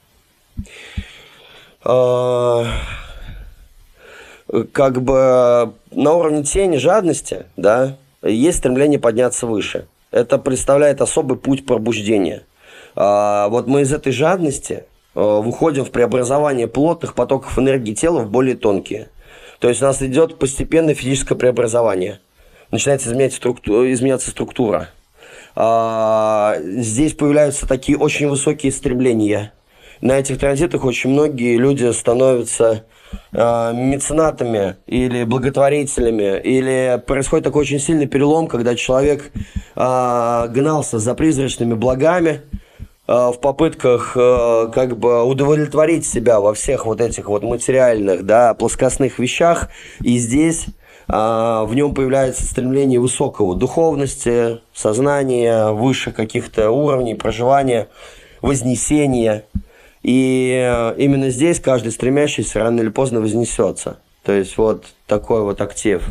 Как бы на уровне тени, жадности, да, есть стремление подняться выше. Это представляет особый путь пробуждения. Вот мы из этой жадности выходим в преобразование плотных потоков энергии тела в более тонкие. То есть у нас идет постепенное физическое преобразование. Начинается изменять структу... изменяться структура. Здесь появляются такие очень высокие стремления. На этих транзитах очень многие люди становятся меценатами или благотворителями, или происходит такой очень сильный перелом, когда человек гнался за призрачными благами, в попытках как бы удовлетворить себя во всех вот этих вот материальных, да, плоскостных вещах, и здесь в нем появляется стремление высокого духовности, сознания, выше каких-то уровней проживания, вознесения. И именно здесь каждый стремящийся рано или поздно вознесется. То есть вот такой вот актив.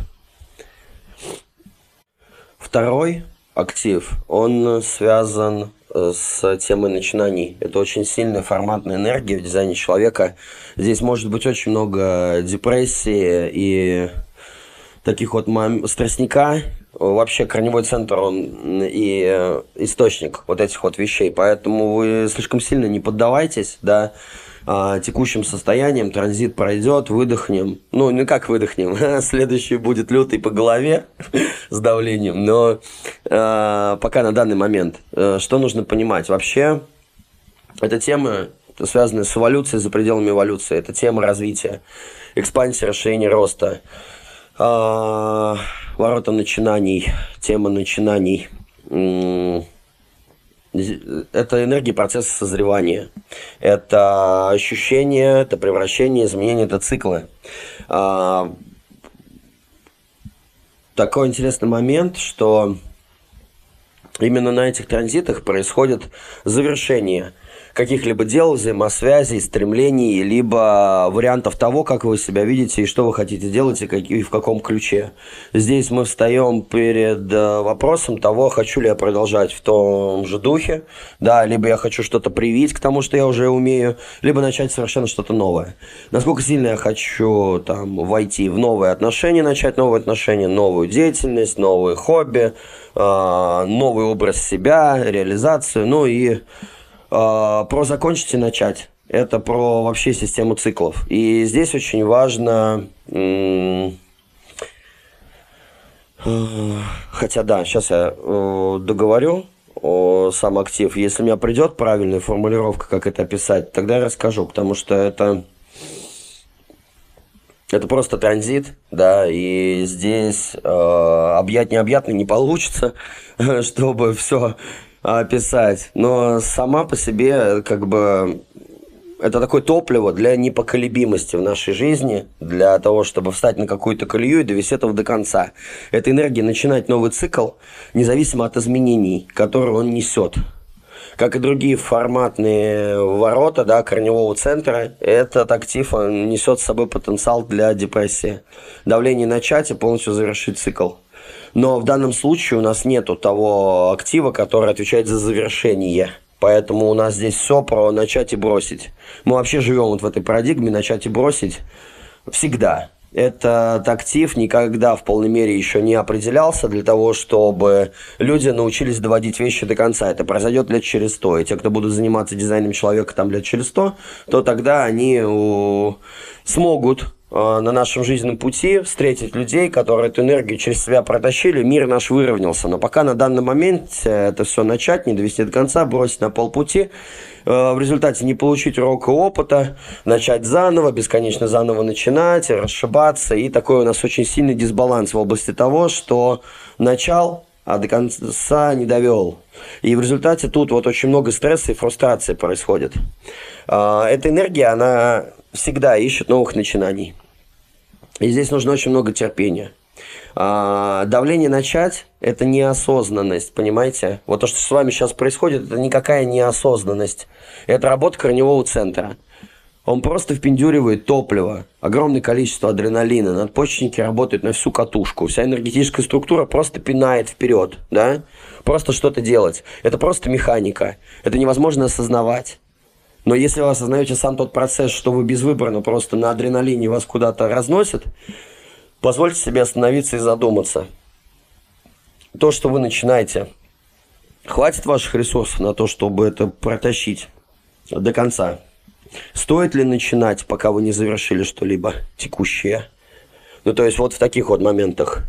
Второй актив, он связан с темой начинаний. Это очень сильная форматная энергия в дизайне человека. Здесь может быть очень много депрессии и таких вот страстника. Вообще корневой центр, он и источник вот этих вот вещей. Поэтому вы слишком сильно не поддавайтесь, да, текущим состоянием. Транзит пройдет, выдохнем. Ну, не как выдохнем, следующий будет лютый по голове с давлением. Но э, пока на данный момент, э, что нужно понимать? Вообще, эта тема, связанная с эволюцией, за пределами эволюции. Это тема развития, экспансии, расширения, роста. Э, ворота начинаний, тема начинаний. Это энергия процесса созревания. Это ощущение, это превращение, изменение, это циклы. А, такой интересный момент, что именно на этих транзитах происходит завершение каких-либо дел, взаимосвязей, стремлений, либо вариантов того, как вы себя видите и что вы хотите делать, и, как, и в каком ключе. Здесь мы встаем перед вопросом того, хочу ли я продолжать в том же духе, да, либо я хочу что-то привить к тому, что я уже умею, либо начать совершенно что-то новое. Насколько сильно я хочу там войти в новые отношения, начать новые отношения, новую деятельность, новые хобби, новый образ себя, реализацию, ну и про закончить и начать. это про вообще систему циклов. И здесь очень важно... Хотя да, сейчас я договорю о сам актив. Если у меня придет правильная формулировка, как это описать, тогда я расскажу, потому что это... Это просто транзит, да, и здесь э, объять необъятно не получится, чтобы все описать. Но сама по себе, как бы, это такое топливо для непоколебимости в нашей жизни, для того, чтобы встать на какую-то колею и довести этого до конца. Эта энергия начинает новый цикл, независимо от изменений, которые он несет. Как и другие форматные ворота, да, корневого центра, этот актив несет с собой потенциал для депрессии. Давление на чате полностью завершит цикл. Но в данном случае у нас нету того актива, который отвечает за завершение. Поэтому у нас здесь все про начать и бросить. Мы вообще живем вот в этой парадигме начать и бросить всегда. Этот актив никогда в полной мере еще не определялся для того, чтобы люди научились доводить вещи до конца. Это произойдет лет через сто. И те, кто будут заниматься дизайном человека там лет через сто, то тогда они у... смогут э, на нашем жизненном пути встретить людей, которые эту энергию через себя протащили, мир наш выровнялся. Но пока на данный момент это все начать, не довести до конца, бросить на полпути, в результате не получить урока опыта, начать заново, бесконечно заново начинать, расшибаться. И такой у нас очень сильный дисбаланс в области того, что начал, а до конца не довел. И в результате тут вот очень много стресса и фрустрации происходит. Эта энергия, она всегда ищет новых начинаний. И здесь нужно очень много терпения. А, давление начать – это неосознанность, понимаете? Вот то, что с вами сейчас происходит, это никакая неосознанность. Это работа корневого центра. Он просто впендюривает топливо, огромное количество адреналина, надпочечники работают на всю катушку, вся энергетическая структура просто пинает вперед, да? Просто что-то делать. Это просто механика, это невозможно осознавать. Но если вы осознаете сам тот процесс, что вы безвыборно просто на адреналине вас куда-то разносит, позвольте себе остановиться и задуматься. То, что вы начинаете, хватит ваших ресурсов на то, чтобы это протащить до конца? Стоит ли начинать, пока вы не завершили что-либо текущее? Ну, то есть вот в таких вот моментах.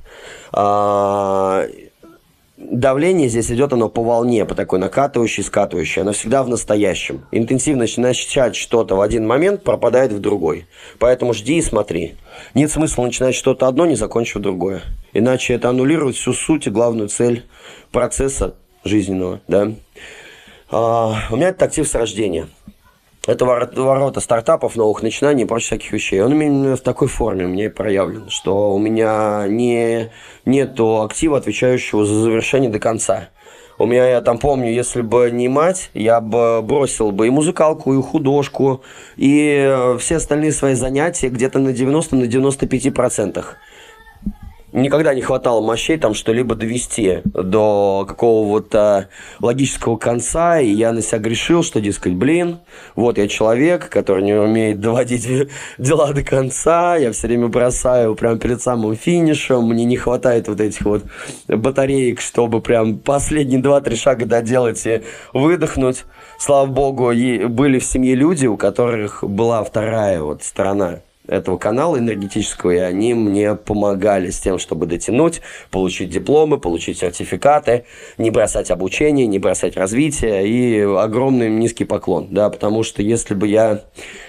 А, давление здесь идет, оно по волне, по такой накатывающей, скатывающей. Оно всегда в настоящем. Интенсивность начать что-то в один момент пропадает в другой. Поэтому жди и смотри. Нет смысла начинать что-то одно, не закончив другое. Иначе это аннулирует всю суть и главную цель процесса жизненного. Да? А, у меня это актив с рождения. Это ворота стартапов, новых начинаний и прочих всяких вещей. Он именно в такой форме у меня и проявлен, что у меня не, нету актива, отвечающего за завершение до конца. У меня, я там помню, если бы не мать, я бы бросил бы и музыкалку, и художку, и все остальные свои занятия где-то на девяносто на девяносто пять процентов. Никогда не хватало мощей там что-либо довести до какого-то логического конца, и я на себя грешил, что, дескать, блин, вот я человек, который не умеет доводить дела до конца, я все время бросаю прямо перед самым финишем, мне не хватает вот этих вот батареек, чтобы прям последние два-три шага доделать и выдохнуть. Слава богу, и были в семье люди, у которых была вторая вот сторона этого канала энергетического, и они мне помогали с тем, чтобы дотянуть, получить дипломы, получить сертификаты, не бросать обучение, не бросать развитие, и огромный низкий поклон, да, потому что если бы я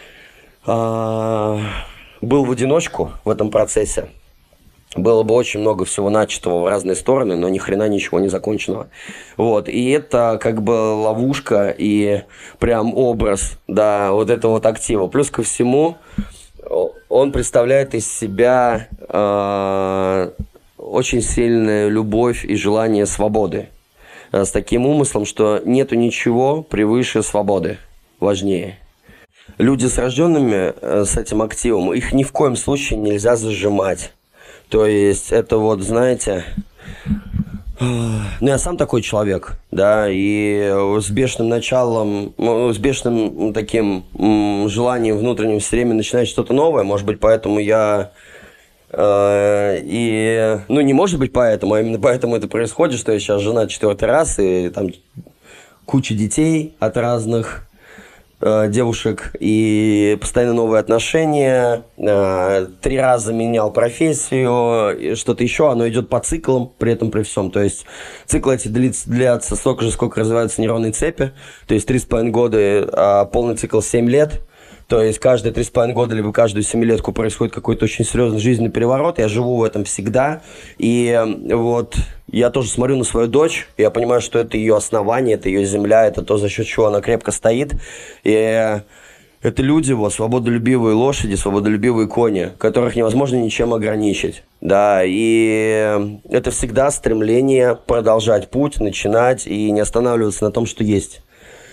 э, был в одиночку в этом процессе, было бы очень много всего начатого в разные стороны, но ни хрена ничего не законченного. Вот, и это как бы ловушка и прям образ, да, вот этого вот актива. Плюс ко всему, он представляет из себя э, очень сильную любовь и желание свободы. Э, с таким умыслом, что нету ничего превыше свободы, важнее. Люди с рожденными э, с этим активом, их ни в коем случае нельзя зажимать. То есть это вот, знаете... Ну, я сам такой человек, да, и с бешеным началом, с бешеным таким желанием внутренним все время начинать что-то новое, может быть, поэтому я, э, и, ну, не может быть поэтому, а именно поэтому это происходит, что я сейчас женат четвертый раз, и там куча детей от разных э, девушек и постоянно новые отношения. Э, три раза менял профессию, что-то еще. Оно идет по циклам, при этом при всем. То есть циклы эти длится, длятся столько же, сколько развиваются нейронные цепи. То есть три с половиной года, а полный цикл семь лет. То есть каждые три с половиной года, либо каждую семилетку происходит какой-то очень серьезный жизненный переворот. Я живу в этом всегда. И вот я тоже смотрю на свою дочь. Я понимаю, что это ее основание, это ее земля, это то, за счет чего она крепко стоит. И это люди, вот, свободолюбивые лошади, свободолюбивые кони, которых невозможно ничем ограничить. Да, и это всегда стремление продолжать путь, начинать и не останавливаться на том, что есть.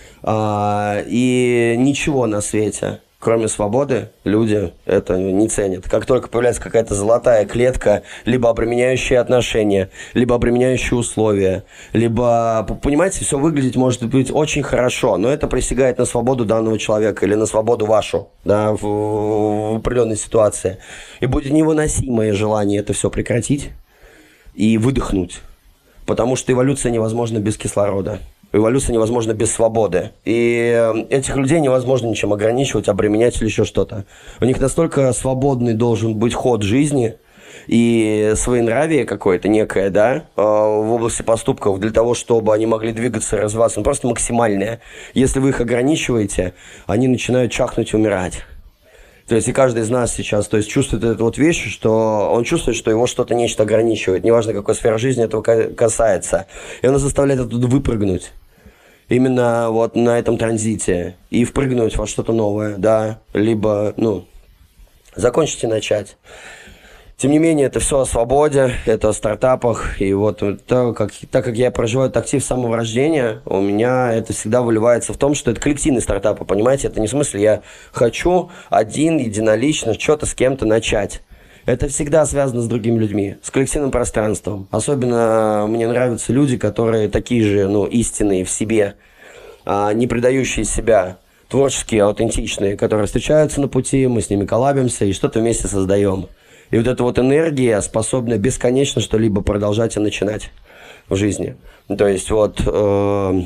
А, и ничего на свете, кроме свободы, люди это не ценят. Как только появляется какая-то золотая клетка, либо обременяющие отношения, либо обременяющие условия, либо, понимаете, все выглядеть может быть очень хорошо, но это присягает на свободу данного человека или на свободу вашу, да, в, в определенной ситуации. И будет невыносимое желание это все прекратить и выдохнуть, потому что эволюция невозможна без кислорода. Эволюция невозможна без свободы. И этих людей невозможно ничем ограничивать, обременять или еще что-то. У них настолько свободный должен быть ход жизни и своенравие какое-то некое, да, в области поступков для того, чтобы они могли двигаться и развиваться. Ну, просто максимальное. Если вы их ограничиваете, они начинают чахнуть и умирать. То есть и каждый из нас сейчас, то есть чувствует эту вот вещь, что он чувствует, что его что-то, нечто ограничивает, неважно, какой сферы жизни этого касается. И он заставляет оттуда выпрыгнуть. Именно вот на этом транзите. И впрыгнуть во что-то новое, да. Либо, ну, закончить и начать. Тем не менее, это все о свободе, это о стартапах. И вот так как, так как я проживаю этот актив с самого рождения, у меня это всегда выливается в том, что это коллективный стартап, понимаете? Это не в смысле я хочу один, единолично, что-то с кем-то начать. Это всегда связано с другими людьми, с коллективным пространством. Особенно мне нравятся люди, которые такие же, ну, истинные в себе, не предающие себя, творческие, аутентичные, которые встречаются на пути, мы с ними коллабимся и что-то вместе создаем. И вот эта вот энергия способна бесконечно что-либо продолжать и начинать в жизни. То есть вот э,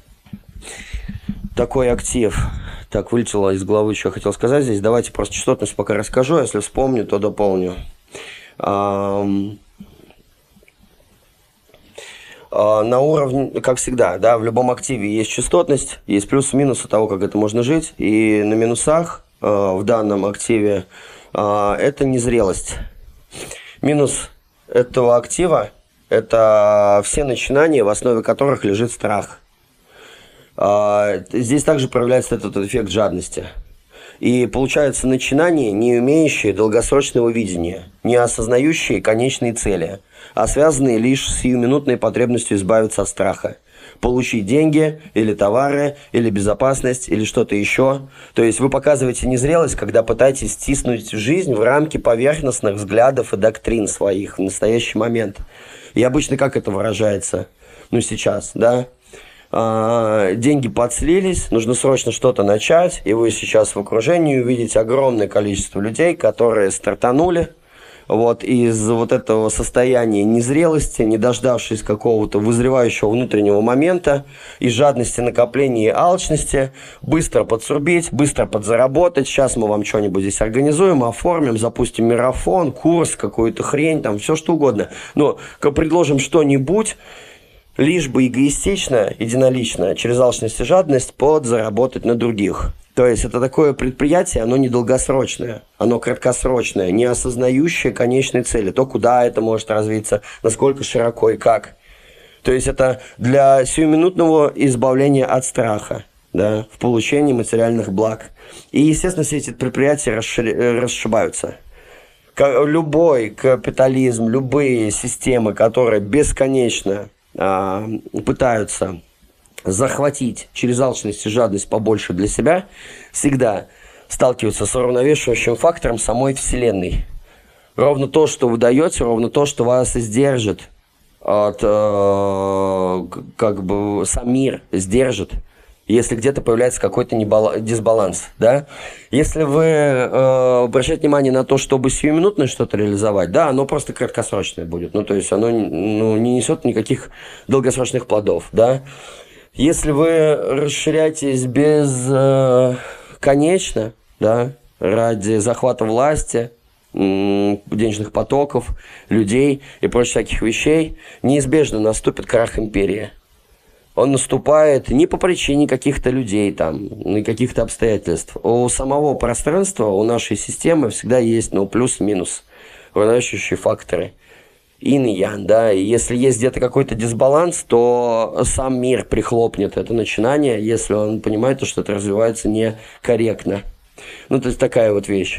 такой актив. Так, вылетело из головы, что я хотел сказать здесь. Давайте просто частотность пока расскажу. Если вспомню, то дополню. Эм, э, на уровне, как всегда, да, в любом активе есть частотность, есть плюсы-минусы того, как это можно жить. И на минусах э, в данном активе это незрелость. Минус этого актива – это все начинания, в основе которых лежит страх. Здесь также проявляется этот эффект жадности. И получаются начинания, не имеющие долгосрочного видения, не осознающие конечные цели, а связанные лишь с сиюминутной потребностью избавиться от страха. Получить деньги, или товары, или безопасность, или что-то еще. То есть вы показываете незрелость, когда пытаетесь стиснуть жизнь в рамки поверхностных взглядов и доктрин своих в настоящий момент. И обычно как это выражается? Ну, сейчас, да? А, деньги подслились, нужно срочно что-то начать, и вы сейчас в окружении увидите огромное количество людей, которые стартанули, вот из вот этого состояния незрелости, не дождавшись какого-то вызревающего внутреннего момента, и жадности, накопления и алчности, быстро подсрубить, быстро подзаработать. Сейчас мы вам что-нибудь здесь организуем, оформим, запустим марафон, курс, какую-то хрень, там все что угодно. Но предложим что-нибудь, лишь бы эгоистично, единолично, через алчность и жадность подзаработать на других. То есть это такое предприятие, оно недолгосрочное, оно краткосрочное, не осознающее конечной цели, то, куда это может развиться, насколько широко и как. То есть это для сиюминутного избавления от страха, да, в получении материальных благ. И, естественно, все эти предприятия расши- расшибаются. Любой капитализм, любые системы, которые бесконечно а, пытаются захватить через алчность и жадность побольше для себя, всегда сталкиваются с уравновешивающим фактором самой Вселенной. Ровно то, что вы даете, ровно то, что вас сдержит от, э, как бы, сам мир сдержит, если где-то появляется какой-то небал... дисбаланс, да? Если вы э, обращаете внимание на то, чтобы сиюминутно что-то реализовать, да, оно просто краткосрочное будет, ну, то есть оно ну, не несет никаких долгосрочных плодов, да? Если вы расширяетесь безконечно, э, да, ради захвата власти, денежных потоков, людей и прочих всяких вещей, неизбежно наступит крах империи. Он наступает не по причине каких-то людей, там, каких-то обстоятельств. У самого пространства, у нашей системы всегда есть, ну, плюс и минус, уравновешивающие факторы. Инь и ян, да, и если есть где-то какой-то дисбаланс, то сам мир прихлопнет это начинание, если он понимает, что это развивается некорректно. Ну, то есть такая вот вещь.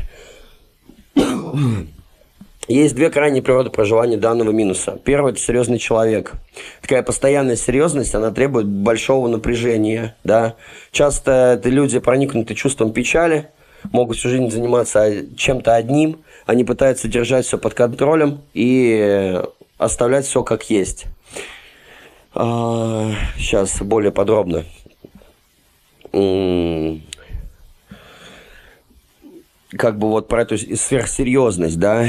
Есть две крайние природы проживания данного минуса. Первый – это серьезный человек. Такая постоянная серьезность, она требует большого напряжения, да. Часто это люди, проникнуты чувством печали, могут всю жизнь заниматься чем-то одним, они пытаются держать все под контролем и оставлять все как есть. Сейчас более подробно. Как бы вот про эту сверхсерьезность, да.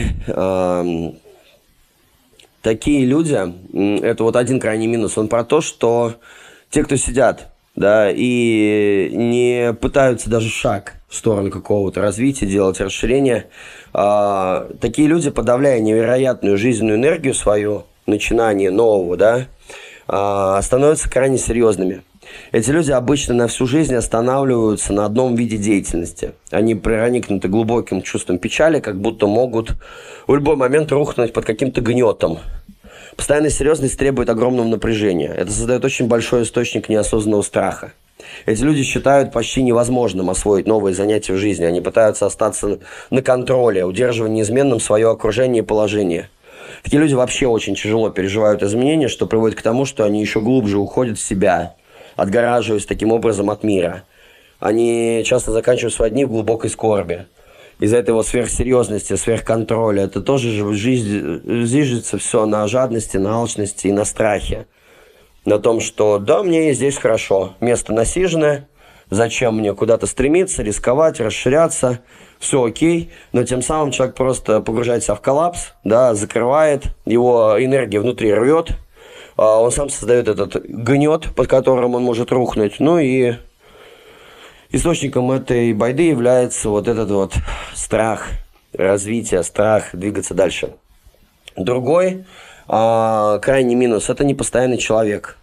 Такие люди, это вот один крайний минус, он про то, что те, кто сидят, да, и не пытаются даже шаг в сторону какого-то развития, делать расширение, а, такие люди, подавляя невероятную жизненную энергию свою, начинание нового, да, а, становятся крайне серьезными. Эти люди обычно на всю жизнь останавливаются на одном виде деятельности. Они проникнуты глубоким чувством печали, как будто могут в любой момент рухнуть под каким-то гнетом. Постоянная серьезность требует огромного напряжения. Это создает очень большой источник неосознанного страха. Эти люди считают почти невозможным освоить новые занятия в жизни. Они пытаются остаться на контроле, удерживая неизменным свое окружение и положение. Такие люди вообще очень тяжело переживают изменения, что приводит к тому, что они еще глубже уходят в себя, отгораживаясь таким образом от мира. Они часто заканчивают свои дни в глубокой скорби. Из-за этой вот сверхсерьезности, сверхконтроля, это тоже же жизнь, зиждется все на жадности, на алчности и на страхе. На том, что да, мне здесь хорошо, место насиженное, зачем мне куда-то стремиться, рисковать, расширяться, все окей, но тем самым человек просто погружает себя в коллапс, да, закрывает, его энергия внутри рвет, он сам создает этот гнет, под которым он может рухнуть, ну и источником этой байды является вот этот вот страх развития, страх двигаться дальше. Другой а, крайний минус – это непостоянный человек.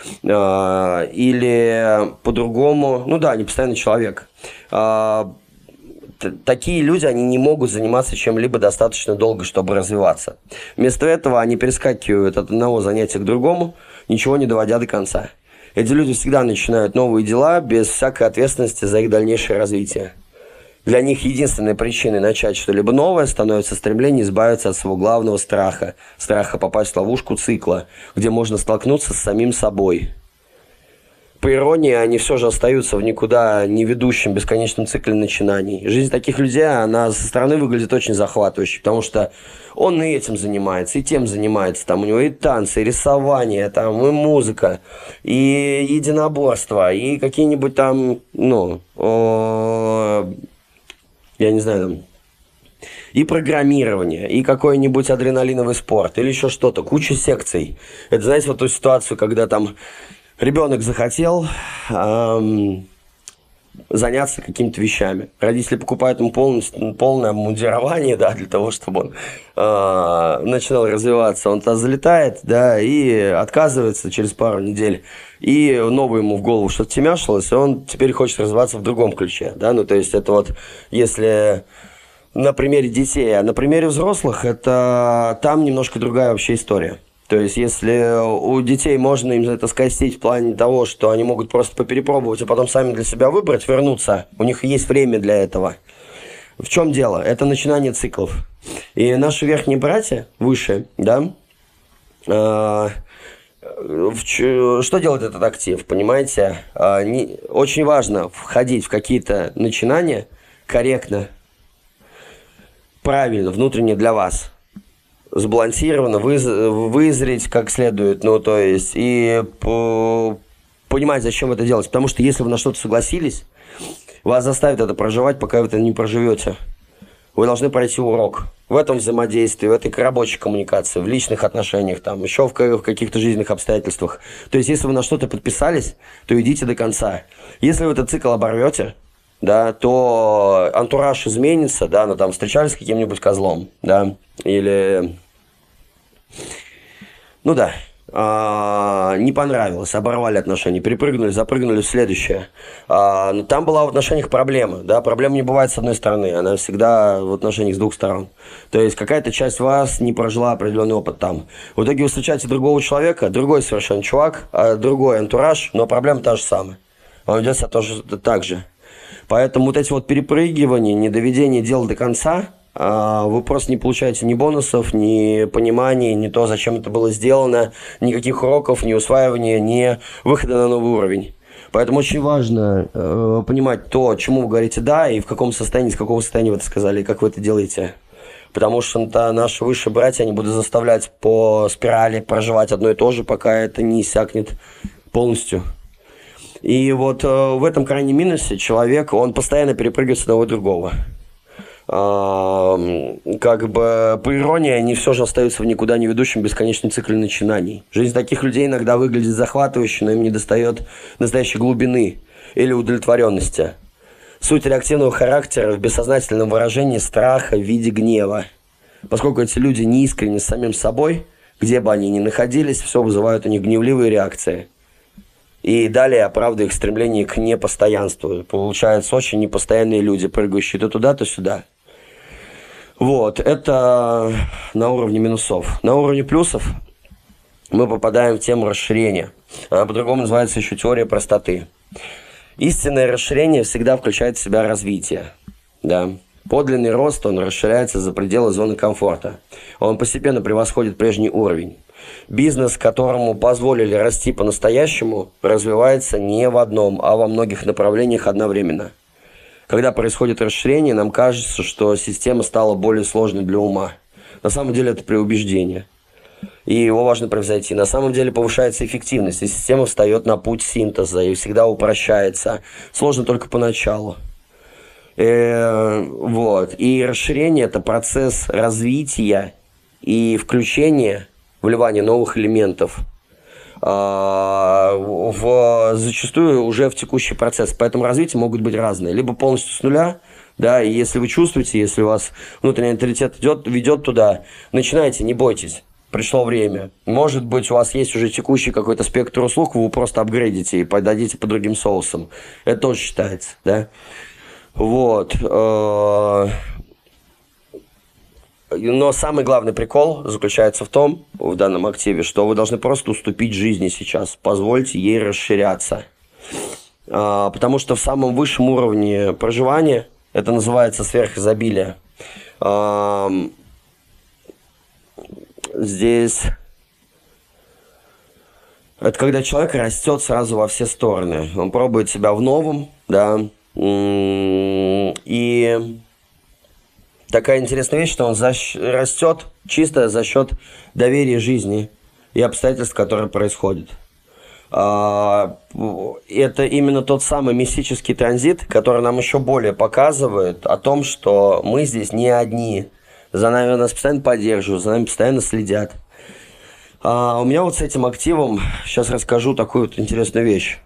А, или по-другому, ну да, непостоянный человек. А, т- такие люди, они не могут заниматься чем-либо достаточно долго, чтобы развиваться. Вместо этого они перескакивают от одного занятия к другому, ничего не доводя до конца. Эти люди всегда начинают новые дела без всякой ответственности за их дальнейшее развитие. Для них единственной причиной начать что-либо новое становится стремление избавиться от своего главного страха. Страха попасть в ловушку цикла, где можно столкнуться с самим собой. По иронии, они все же остаются в никуда не ведущем бесконечном цикле начинаний. Жизнь таких людей, она со стороны выглядит очень захватывающей, потому что он и этим занимается, и тем занимается. Там у него и танцы, и рисование, там, и музыка, и единоборство, и какие-нибудь там, ну, о, я не знаю, там, и программирование, и какой-нибудь адреналиновый спорт, или еще что-то, куча секций. Это, знаете, вот ту ситуацию, когда там ребенок захотел эм, заняться какими-то вещами. Родители покупают ему полностью, полное обмундирование, да, для того, чтобы он э, начинал развиваться. Он туда залетает, да, и отказывается через пару недель. И новое ему в голову что-то темяшилось, и он теперь хочет развиваться в другом ключе. Да? Ну, то есть это вот, если на примере детей, а на примере взрослых, это там немножко другая вообще история. То есть, если у детей можно им это скостить в плане того, что они могут просто поперепробовать, а потом сами для себя выбрать, вернуться, у них есть время для этого. В чем дело? Это начинание циклов. И наши верхние братья, выше, да, э, что делает этот актив, понимаете? Э, не, очень важно входить в какие-то начинания корректно, правильно, внутренне для вас. Сбалансированно, выз- вызреть как следует, ну, то есть, и по- понимать, зачем это делать. Потому что если вы на что-то согласились, вас заставят это проживать, пока вы это не проживете. вы должны пройти урок в этом взаимодействии, в этой рабочей коммуникации, в личных отношениях, там, еще в, в каких-то жизненных обстоятельствах. То есть, если вы на что-то подписались, то идите до конца. Если вы этот цикл оборвете, да, то антураж изменится, да, ну, там, встречались с каким-нибудь козлом, да, или, ну, да, а, не понравилось, оборвали отношения, перепрыгнули, запрыгнули в следующее. А, но там была в отношениях проблема, да, проблема не бывает с одной стороны, она всегда в отношениях с двух сторон. То есть какая-то часть вас не прожила определенный опыт там. В итоге вы встречаете другого человека, другой совершенно чувак, а другой антураж, но проблема та же самая. Он ведет себя тоже так же. Поэтому вот эти вот перепрыгивания, недоведение дела до конца, вы просто не получаете ни бонусов, ни понимания, ни то, зачем это было сделано, никаких уроков, ни усваивания, ни выхода на новый уровень. Поэтому очень важно э, понимать то, чему вы говорите «да», и в каком состоянии, с какого состояния вы это сказали, и как вы это делаете. Потому что -то наши высшие братья, они будут заставлять по спирали проживать одно и то же, пока это не иссякнет полностью. И вот э, в этом крайнем минусе человек, он постоянно перепрыгивает с одного и другого. Как бы по иронии, они все же остаются в никуда не ведущем бесконечном цикле начинаний. Жизнь таких людей иногда выглядит захватывающе, но им не достает настоящей глубины или удовлетворенности. Суть реактивного характера в бессознательном выражении страха в виде гнева. Поскольку эти люди не искренни с самим собой, где бы они ни находились, все вызывает у них гневливые реакции. И далее оправдывая их стремление к непостоянству. Получаются очень непостоянные люди, прыгающие то туда, то сюда. Вот, это на уровне минусов. На уровне плюсов мы попадаем в тему расширения. Она по-другому называется еще теория простоты. Истинное расширение всегда включает в себя развитие. Да. Подлинный рост, он расширяется за пределы зоны комфорта. Он постепенно превосходит прежний уровень. Бизнес, которому позволили расти по-настоящему, развивается не в одном, а во многих направлениях одновременно. Когда происходит расширение, нам кажется, что система стала более сложной для ума. На самом деле это преубеждение. И его важно превзойти. На самом деле повышается эффективность, и система встает на путь синтеза и всегда упрощается. Сложно только поначалу. Э, вот. И расширение – это процесс развития и включения, вливания новых элементов в, зачастую уже в текущий процесс. Поэтому развития могут быть разные. Либо полностью с нуля, да, и если вы чувствуете, если у вас внутренний менталитет идет, ведет туда, начинайте, не бойтесь. Пришло время. Может быть, у вас есть уже текущий какой-то спектр услуг, вы его просто апгрейдите и подадите по другим соусам. Это тоже считается, да. Вот. Но самый главный прикол заключается в том, в данном активе, что вы должны просто уступить жизни сейчас. Позвольте ей расширяться. Потому что в самом высшем уровне проживания, это называется сверхизобилие, здесь это когда человек растет сразу во все стороны. Он пробует себя в новом, да, и такая интересная вещь, что он защ... растет чисто за счет доверия жизни и обстоятельств, которые происходят. Это именно тот самый мистический транзит, который нам еще более показывает о том, что мы здесь не одни. За нами нас постоянно поддерживают, за нами постоянно следят. А у меня вот с этим активом, сейчас расскажу такую вот интересную вещь.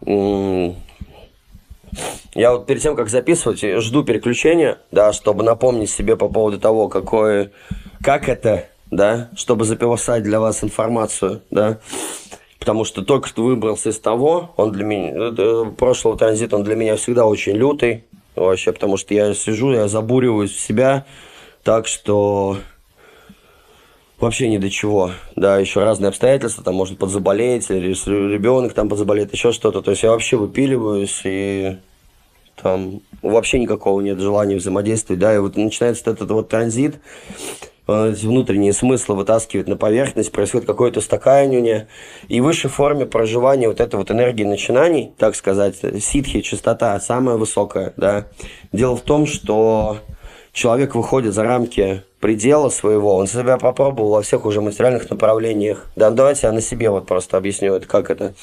Я вот перед тем, как записывать, жду переключения, да, чтобы напомнить себе по поводу того, какое, как это, да, чтобы записать для вас информацию, да. Потому что только что выбрался из того, он для меня, прошлого транзита, он для меня всегда очень лютый, вообще, потому что я сижу, я забуриваюсь в себя, так что вообще ни до чего, да, еще разные обстоятельства, там может подзаболеть, или если ребенок там подзаболеет, еще что-то, то есть я вообще выпиливаюсь, и там вообще никакого нет желания взаимодействовать, да, и вот начинается этот вот транзит, эти внутренние смыслы вытаскивает на поверхность, происходит какое-то устаканивание, и в высшей форме проживания вот этой вот энергии начинаний, так сказать, ситхи, чистота, самая высокая, да. Дело в том, что человек выходит за рамки предела своего, он себя попробовал во всех уже материальных направлениях. Да, давайте я на себе вот просто объясню, это как это.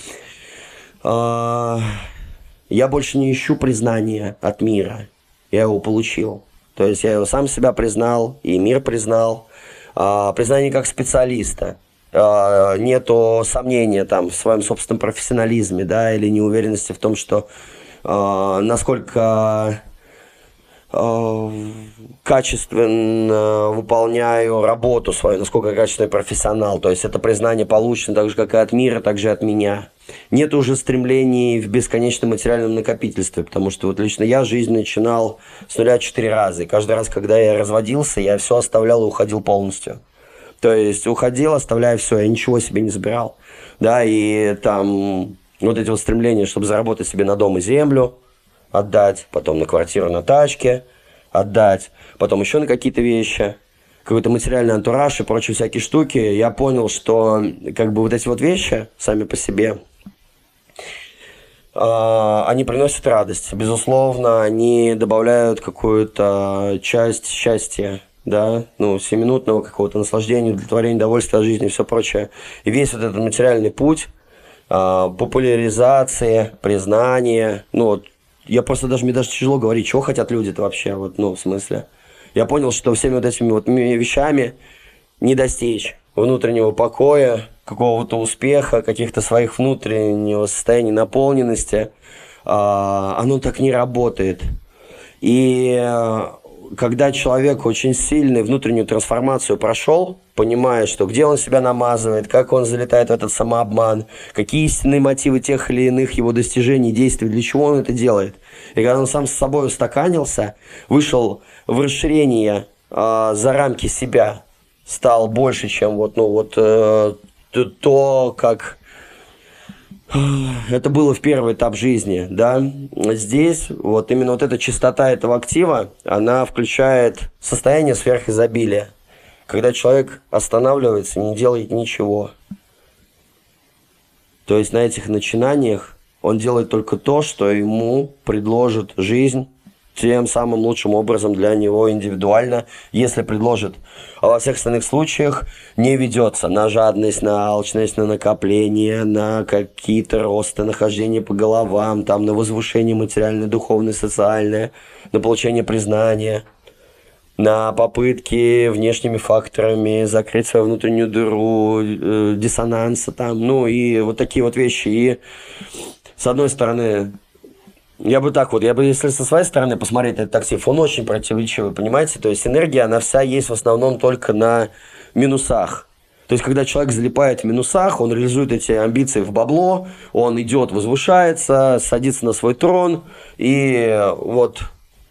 Я больше не ищу признания от мира, я его получил. То есть я его сам себя признал, и мир признал. А, признание как специалиста. А, нету сомнения там в своем собственном профессионализме, да, или неуверенности в том, что а, насколько а, качественно выполняю работу свою, насколько я качественный профессионал. То есть это признание получено так же, как и от мира, так же и от меня. Нет уже стремлений в бесконечном материальном накопительстве, потому что вот лично я жизнь начинал с нуля четыре раза. И каждый раз, когда я разводился, я все оставлял и уходил полностью. То есть уходил, оставляя все, я ничего себе не забирал. Да, и там вот эти вот стремления, чтобы заработать себе на дом и землю, отдать, потом на квартиру, на тачке отдать, потом еще на какие-то вещи, какой-то материальный антураж и прочие всякие штуки, я понял, что как бы вот эти вот вещи сами по себе, они приносят радость. Безусловно, они добавляют какую-то часть счастья, да, ну, семиминутного какого-то наслаждения, удовлетворения, удовольствия от жизни и все прочее. И весь вот этот материальный путь популяризации, признания, ну, вот, я просто даже, мне даже тяжело говорить, чего хотят люди-то вообще, вот, ну, в смысле. Я понял, что всеми вот этими вот вещами не достичь внутреннего покоя, какого-то успеха, каких-то своих внутреннего состояния наполненности, а, оно так не работает. И когда человек очень сильную внутреннюю трансформацию прошел, понимая, что где он себя намазывает, как он залетает в этот самообман, какие истинные мотивы тех или иных его достижений, действий, для чего он это делает. И когда он сам с собой устаканился, вышел в расширение э, за рамки себя, стал больше, чем вот, ну, вот, э, то, как это было в первый этап жизни, да, здесь вот именно вот эта чистота этого актива, она включает состояние сверхизобилия, когда человек останавливается и не делает ничего. То есть на этих начинаниях он делает только то, что ему предложит жизнь тем самым лучшим образом для него индивидуально, если предложит. А во всех остальных случаях не ведется на жадность, на алчность, на накопление, на какие-то росты, нахождение по головам, там, на возвышение материальное, духовное, социальное, на получение признания, на попытки внешними факторами закрыть свою внутреннюю дыру, э, диссонанса там, ну и вот такие вот вещи. И с одной стороны, я бы так вот, я бы, если со своей стороны посмотреть на этот актив, он очень противоречивый, понимаете? То есть энергия, она вся есть в основном только на минусах. То есть когда человек залипает в минусах, он реализует эти амбиции в бабло, он идет, возвышается, садится на свой трон, и вот,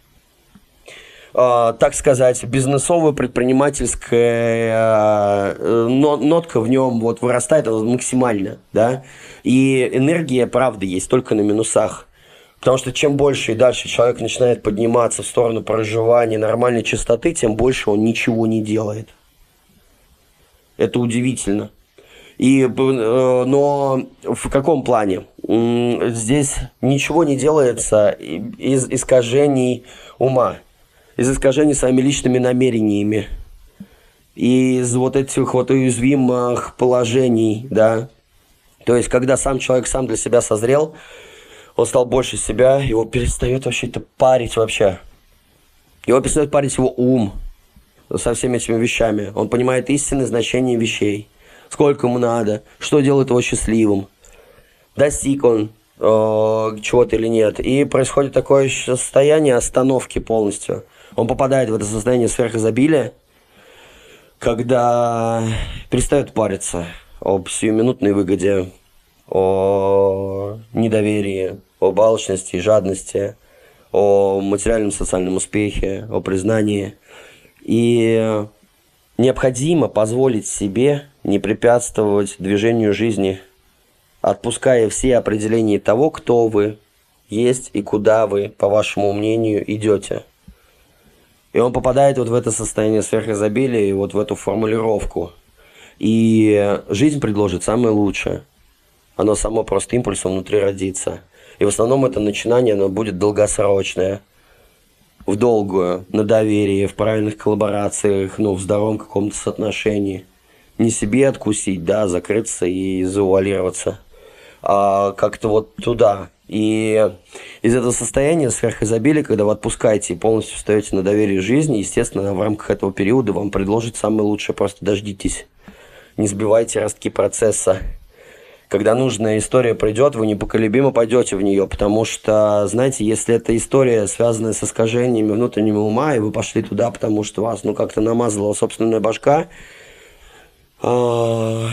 э, так сказать, бизнесовая, предпринимательская э, нотка в нем вот вырастает максимально, да? И энергия, правда, есть только на минусах. Потому что чем больше и дальше человек начинает подниматься в сторону проживания нормальной чистоты, тем больше он ничего не делает. Это удивительно. И, но в каком плане? Здесь ничего не делается из искажений ума, из искажений своими личными намерениями, из вот этих вот уязвимых положений, да. То есть, когда сам человек сам для себя созрел, он стал больше себя, его перестает вообще это парить вообще. Его перестает парить его ум со всеми этими вещами. Он понимает истинное значение вещей. Сколько ему надо, что делает его счастливым. Достиг он э, чего-то или нет. И происходит такое состояние остановки полностью. Он попадает в это состояние сверхизобилия, когда перестает париться об сиюминутной выгоде, о недоверии, об алчности и жадности, о материальном социальном успехе, о признании. И необходимо позволить себе не препятствовать движению жизни, отпуская все определения того, кто вы есть и куда вы, по вашему мнению, идете. И он попадает вот в это состояние сверхизобилия и вот в эту формулировку. И жизнь предложит самое лучшее. Оно само просто импульсом внутри родится. И в основном это начинание, оно будет долгосрочное, в долгую, на доверии, в правильных коллаборациях, ну, в здоровом каком-то соотношении. Не себе откусить, да, закрыться и завуалироваться, а как-то вот туда, И из этого состояния сверхизобилия, когда вы отпускаете и полностью встаете на доверие жизни, естественно, в рамках этого периода вам предложат самое лучшее. Просто дождитесь. Не сбивайте ростки процесса. Когда нужная история придет, вы непоколебимо пойдете в нее, потому что, знаете, если эта история, связанная с искажениями внутреннего ума, и вы пошли туда, потому что вас, ну, как-то намазала собственная башка, то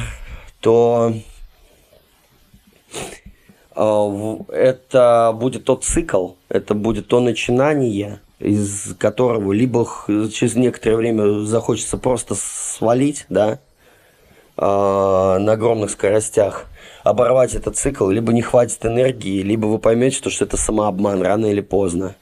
это будет тот цикл, это будет то начинание, из которого либо через некоторое время захочется просто свалить, да, на огромных скоростях, оборвать этот цикл, либо не хватит энергии, либо вы поймете, что, что это самообман рано или поздно.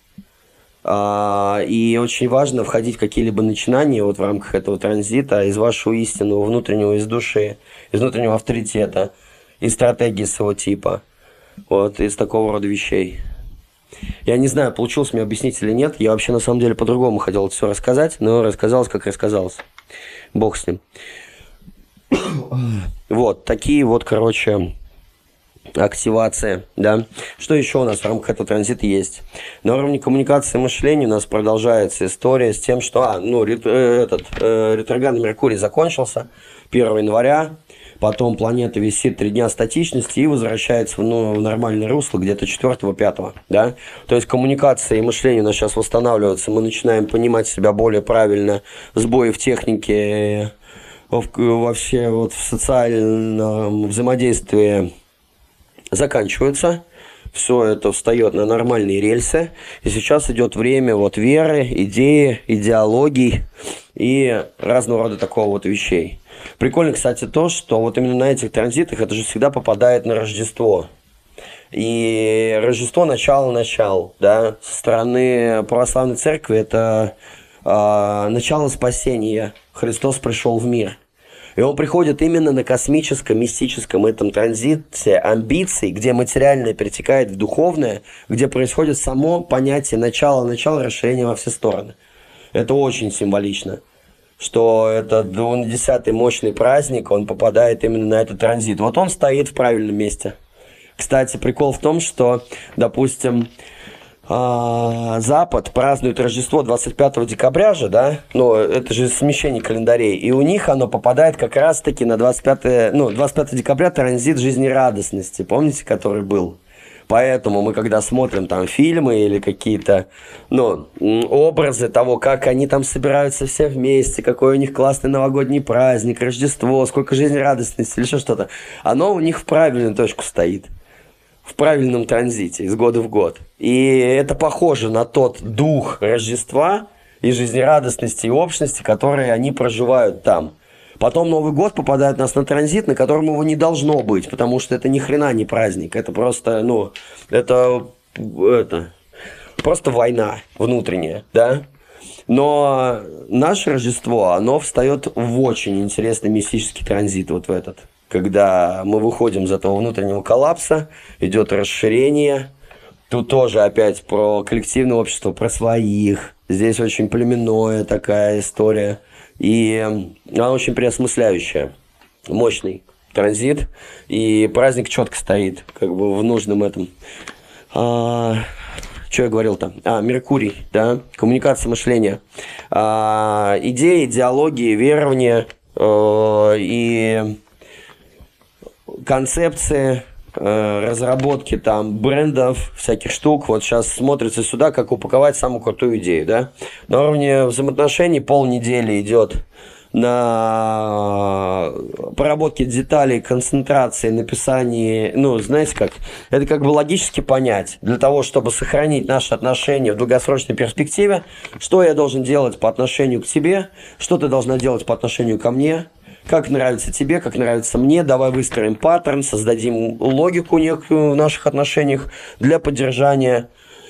И очень важно входить в какие-либо начинания вот в рамках этого транзита из вашего истинного внутреннего, из души, из внутреннего авторитета, из стратегии своего типа, вот, из такого рода вещей. Я не знаю, получилось мне объяснить или нет, я вообще на самом деле по-другому хотел это все рассказать, но рассказалось, как рассказалось. Бог с ним. Вот, такие вот, короче, активации, да. Что еще у нас в рамках этого транзита есть? На уровне коммуникации и мышления у нас продолжается история с тем, что, а, ну, рет, э, этот, э, ретроградный Меркурий закончился первого января, потом планета висит три дня статичности и возвращается в, ну, в нормальное русло где-то четвёртого-пятого, да. То есть коммуникация и мышление у нас сейчас восстанавливаются, мы начинаем понимать себя более правильно, сбои в технике, вообще вот в социальном взаимодействии заканчиваются, все это встает на нормальные рельсы, и сейчас идет время вот веры, идеи, идеологий и разного рода такого вот вещей. Прикольно, кстати, то, что вот именно на этих транзитах это же всегда попадает на Рождество. И Рождество начало-начал, да, со стороны православной церкви это э, начало спасения. Христос пришел в мир. И он приходит именно на космическом, мистическом этом транзите амбиций, где материальное перетекает в духовное, где происходит само понятие начала-начала расширения во все стороны. Это очень символично, что этот двунадесятый мощный праздник, он попадает именно на этот транзит. Вот он стоит в правильном месте. Кстати, прикол в том, что, допустим, Запад празднует Рождество двадцать пятого декабря же, да, ну, это же смещение календарей, и у них оно попадает как раз-таки на двадцать пятое, ну, двадцать пятого декабря транзит жизнерадостности, помните, который был? Поэтому мы, когда смотрим там фильмы или какие-то, ну, образы того, как они там собираются все вместе, какой у них классный новогодний праздник, Рождество, сколько жизнерадостности или еще что-то, оно у них в правильную точку стоит. В правильном транзите из года в год. И это похоже на тот дух Рождества и жизнерадостности и общности, которые они проживают там. Потом Новый год попадает у нас на транзит, на котором его не должно быть, потому что это ни хрена не праздник. Это просто, ну, это, это просто война внутренняя, да? Но наше Рождество, оно встает в очень интересный мистический транзит вот в этот. Когда мы выходим из этого внутреннего коллапса, идет расширение. Тут тоже опять про коллективное общество, про своих. Здесь очень племенная такая история. И она очень переосмысляющая. Мощный транзит. И праздник четко стоит, как бы в нужном этом. А, что я говорил там? А, Меркурий, да? Коммуникация мышления. А, идеи, идеологии, верования а, и... концепции, э, разработки там брендов, всяких штук. Вот сейчас смотрится сюда, как упаковать самую крутую идею, да. На уровне взаимоотношений полнедели идет на проработке деталей, концентрации, написании, ну, знаете как, это как бы логически понять, для того, чтобы сохранить наши отношения в долгосрочной перспективе, что я должен делать по отношению к тебе, что ты должна делать по отношению ко мне, как нравится тебе, как нравится мне, давай выстроим паттерн, создадим логику некую в наших отношениях для поддержания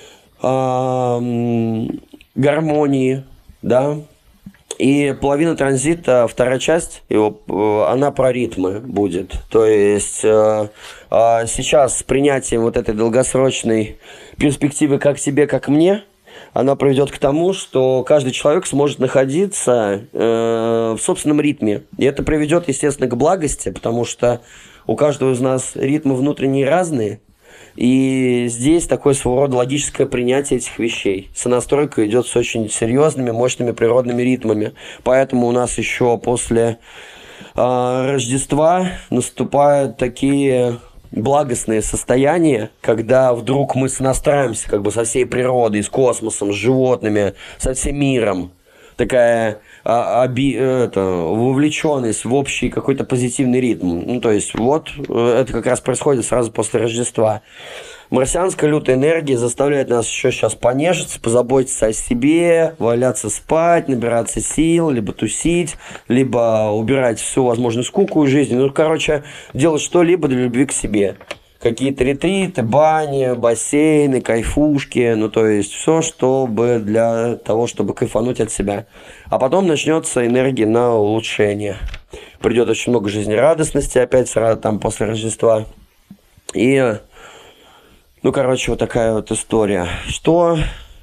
э, гармонии, да. И половина транзита, вторая часть, его, она про ритмы будет. То есть э, э, сейчас с принятием вот этой долгосрочной перспективы как тебе, как мне, она приведет к тому, что каждый человек сможет находиться э, в собственном ритме. И это приведет, естественно, к благости, потому что у каждого из нас ритмы внутренние разные. И здесь такое своего рода логическое принятие этих вещей. Сонастройка идет с очень серьезными, мощными природными ритмами. Поэтому у нас еще после э, Рождества наступают такие благостные состояния, когда вдруг мы сонастраиваемся как бы со всей природой, с космосом, с животными, со всем миром. Такая а, оби, это, вовлеченность в общий какой-то позитивный ритм. Ну, то есть, вот, это как раз происходит сразу после Рождества. Марсианская лютая энергия заставляет нас еще сейчас понежиться, позаботиться о себе, валяться спать, набираться сил, либо тусить, либо убирать всю возможную скуку из жизни. Ну, короче, делать что-либо для любви к себе. Какие-то ретриты, бани, бассейны, кайфушки, ну то есть все, чтобы для того, чтобы кайфануть от себя. А потом начнется энергия на улучшение. Придет очень много жизнерадостности опять сразу там после Рождества. И, ну короче, вот такая вот история. Что,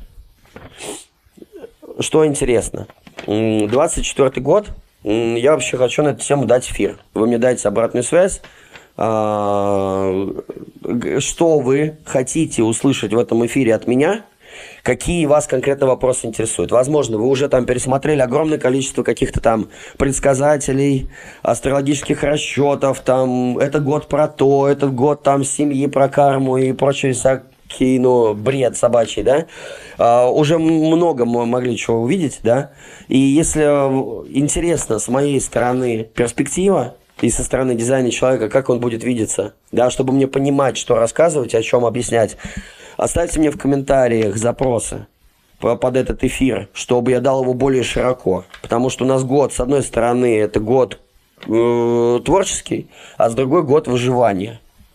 что интересно. двадцать четвёртый год, я вообще хочу на эту тему дать эфир. Вы мне дайте обратную связь. Что вы хотите услышать в этом эфире от меня, какие вас конкретно вопросы интересуют. Возможно, вы уже там пересмотрели огромное количество каких-то там предсказателей, астрологических расчетов, там, это год про то, этот год там семьи про карму и прочие всякие, ну, бред собачий, да. А, уже много мы могли чего увидеть, да. И если интересно с моей стороны перспектива, и со стороны дизайна человека, как он будет видеться, да, чтобы мне понимать, что рассказывать, о чем объяснять. Оставьте мне в комментариях запросы под этот эфир, чтобы я дал его более широко. Потому что у нас год, с одной стороны, это год э, творческий, а с другой год выживания.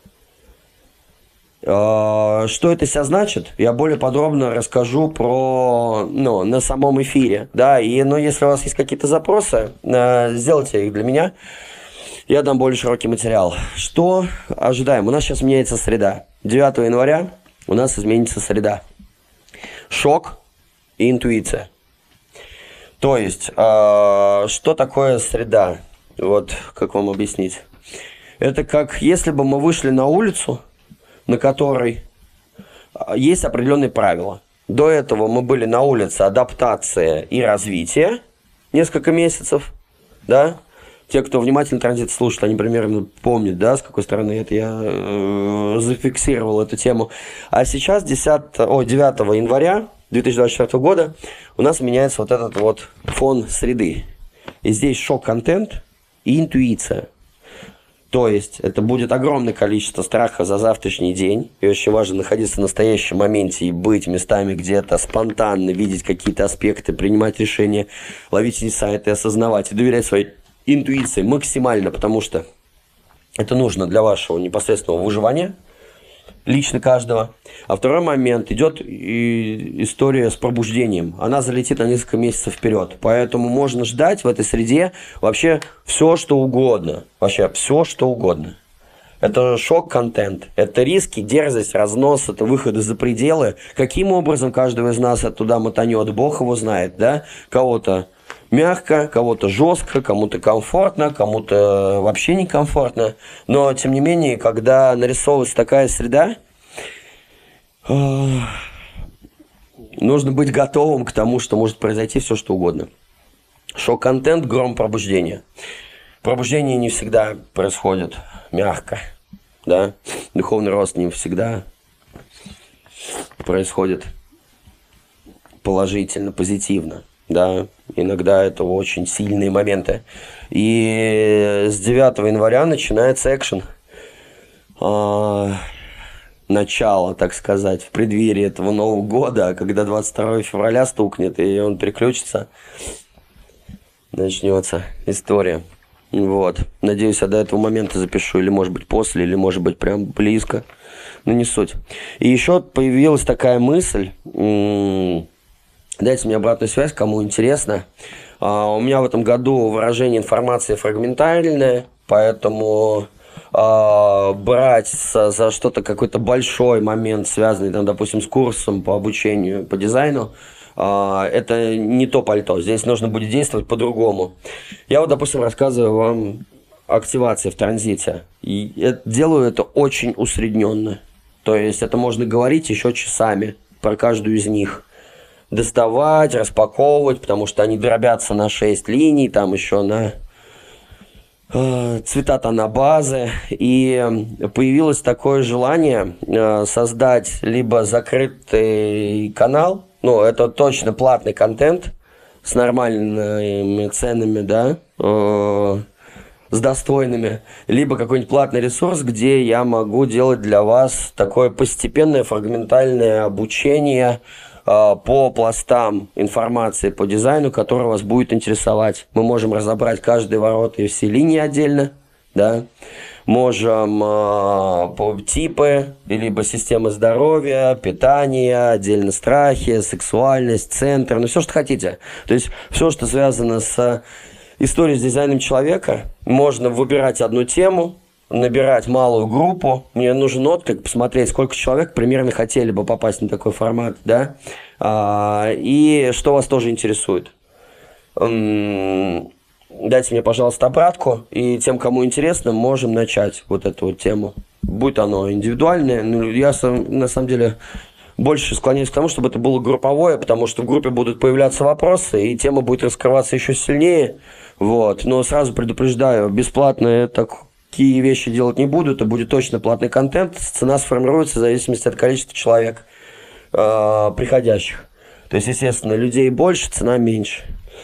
Э, что это себя значит, я более подробно расскажу про, ну, на самом эфире. Да, и, ну, если у вас есть какие-то запросы, э, сделайте их для меня. Я дам более широкий материал. Что ожидаем? У нас сейчас меняется среда. девятого января у нас изменится среда. Шок и интуиция. То есть, э, что такое среда? Вот, как вам объяснить? Это как если бы мы вышли на улицу, на которой есть определенные правила. До этого мы были на улице адаптация и развитие несколько месяцев, да? Те, кто внимательно транзит слушает, они примерно помнят, да, с какой стороны это я э, зафиксировал эту тему. А сейчас десятого, о, девятого января две тысячи двадцать четвёртого года у нас меняется вот этот вот фон среды. И здесь шок-контент и интуиция. То есть это будет огромное количество страха за завтрашний день. И очень важно находиться в настоящем моменте и быть местами где-то спонтанно, видеть какие-то аспекты, принимать решения, ловить инсайты, осознавать и доверять своей интуиции максимально, потому что это нужно для вашего непосредственного выживания, лично каждого. А второй момент, идет и история с пробуждением. Она залетит на несколько месяцев вперед. Поэтому можно ждать в этой среде вообще все, что угодно. Вообще все, что угодно. Это шок-контент, это риски, дерзость, разнос, это выходы за пределы. Каким образом каждого из нас оттуда мотанет, Бог его знает, да? Кого-то мягко, кого-то жестко, кому-то комфортно, кому-то вообще некомфортно. Но, тем не менее, когда нарисовывается такая среда, нужно быть готовым к тому, что может произойти все, что угодно. Шок-контент, гром пробуждения. Пробуждение не всегда происходит мягко, да? Духовный рост не всегда происходит положительно, позитивно. Да, иногда это очень сильные моменты. И с девятого января начинается экшен. А, начало, так сказать, в преддверии этого Нового года, когда двадцать второго февраля стукнет, и он переключится, начнется история. Вот. Надеюсь, я до этого момента запишу, или может быть после, или может быть прям близко. Но не суть. И еще появилась такая мысль... Дайте мне обратную связь, кому интересно. Uh, у меня в этом году выражение информации фрагментарное, поэтому uh, брать за, за что-то, какой-то большой момент, связанный, там, допустим, с курсом по обучению по дизайну, uh, это не то пальто. Здесь нужно будет действовать по-другому. Я вот, допустим, рассказываю вам активации в транзите. И я делаю это очень усредненно. То есть это можно говорить еще часами про каждую из них. Доставать, распаковывать, потому что они дробятся на шесть линий, там еще на э, цвета тонобазы. И появилось такое желание э, создать либо закрытый канал, ну, это точно платный контент с нормальными ценами, да, э, с достойными, либо какой-нибудь платный ресурс, где я могу делать для вас такое постепенное фрагментальное обучение э, по пластам информации по дизайну, который вас будет интересовать. Мы можем разобрать каждые ворота и все линии отдельно, да, можем э, по типы, либо системы здоровья, питания, отдельно страхи, сексуальность, центр, ну все, что хотите. То есть все, что связано с историей с дизайном человека, можно выбирать одну тему, набирать малую группу. Мне нужен отклик, посмотреть, сколько человек примерно хотели бы попасть на такой формат, да, а, и что вас тоже интересует. Дайте мне, пожалуйста, обратку, и тем, кому интересно, можем начать вот эту вот тему. Будь оно индивидуальное, ну, я на самом деле больше склоняюсь к тому, чтобы это было групповое, потому что в группе будут появляться вопросы, и тема будет раскрываться еще сильнее. Вот. Но сразу предупреждаю, бесплатно такие вещи делать не буду, это будет точно платный контент, цена сформируется в зависимости от количества человек, э, приходящих. То есть, естественно, людей больше, цена меньше.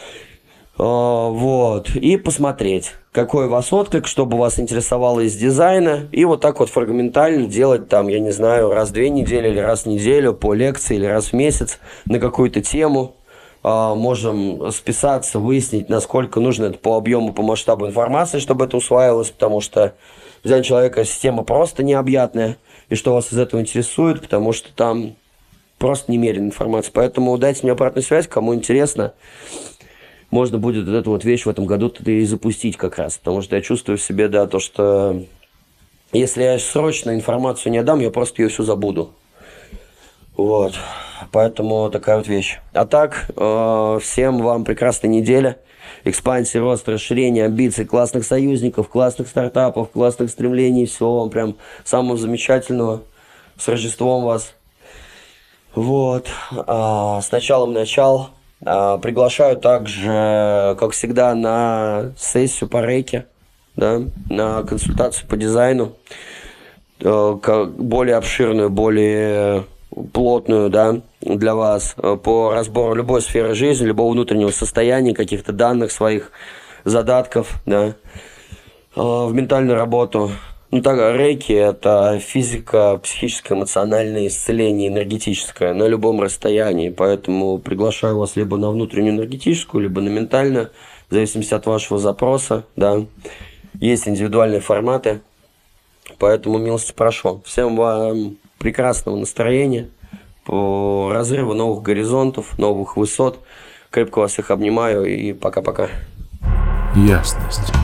Вот, и посмотреть, какой у вас отклик, что бы вас интересовало из дизайна, и вот так вот фрагментально делать там, я не знаю, раз в две недели или раз в неделю по лекции или раз в месяц на какую-то тему. Можем списаться, выяснить, насколько нужно это по объему, по масштабу информации, чтобы это усваивалось, потому что дизайн человека система просто необъятная, и что вас из этого интересует, потому что там просто немерено информации. Поэтому дайте мне обратную связь, кому интересно. Можно будет вот эту вот вещь в этом году и запустить как раз. Потому что я чувствую в себе, да, то, что если я срочно информацию не отдам, я просто ее всю забуду. Вот. Поэтому такая вот вещь. А так, э, всем вам прекрасной недели. Экспансии, рост, расширение, амбиций, классных союзников, классных стартапов, классных стремлений. Всего вам прям самого замечательного. С Рождеством вас. Вот. А, с началом начал. Приглашаю также, как всегда, на сессию по рейке, да, на консультацию по дизайну, более обширную, более плотную, да, для вас, по разбору любой сферы жизни, любого внутреннего состояния, каких-то данных своих, задатков, да, в ментальную работу. Ну, так, рейки – это физика, психическое, эмоциональное исцеление, энергетическое на любом расстоянии. Поэтому приглашаю вас либо на внутреннюю энергетическую, либо на ментальную, в зависимости от вашего запроса. Да. Есть индивидуальные форматы, поэтому милости прошу. Всем вам прекрасного настроения, по разрыву новых горизонтов, новых высот. Крепко вас всех обнимаю и пока-пока. Ясность.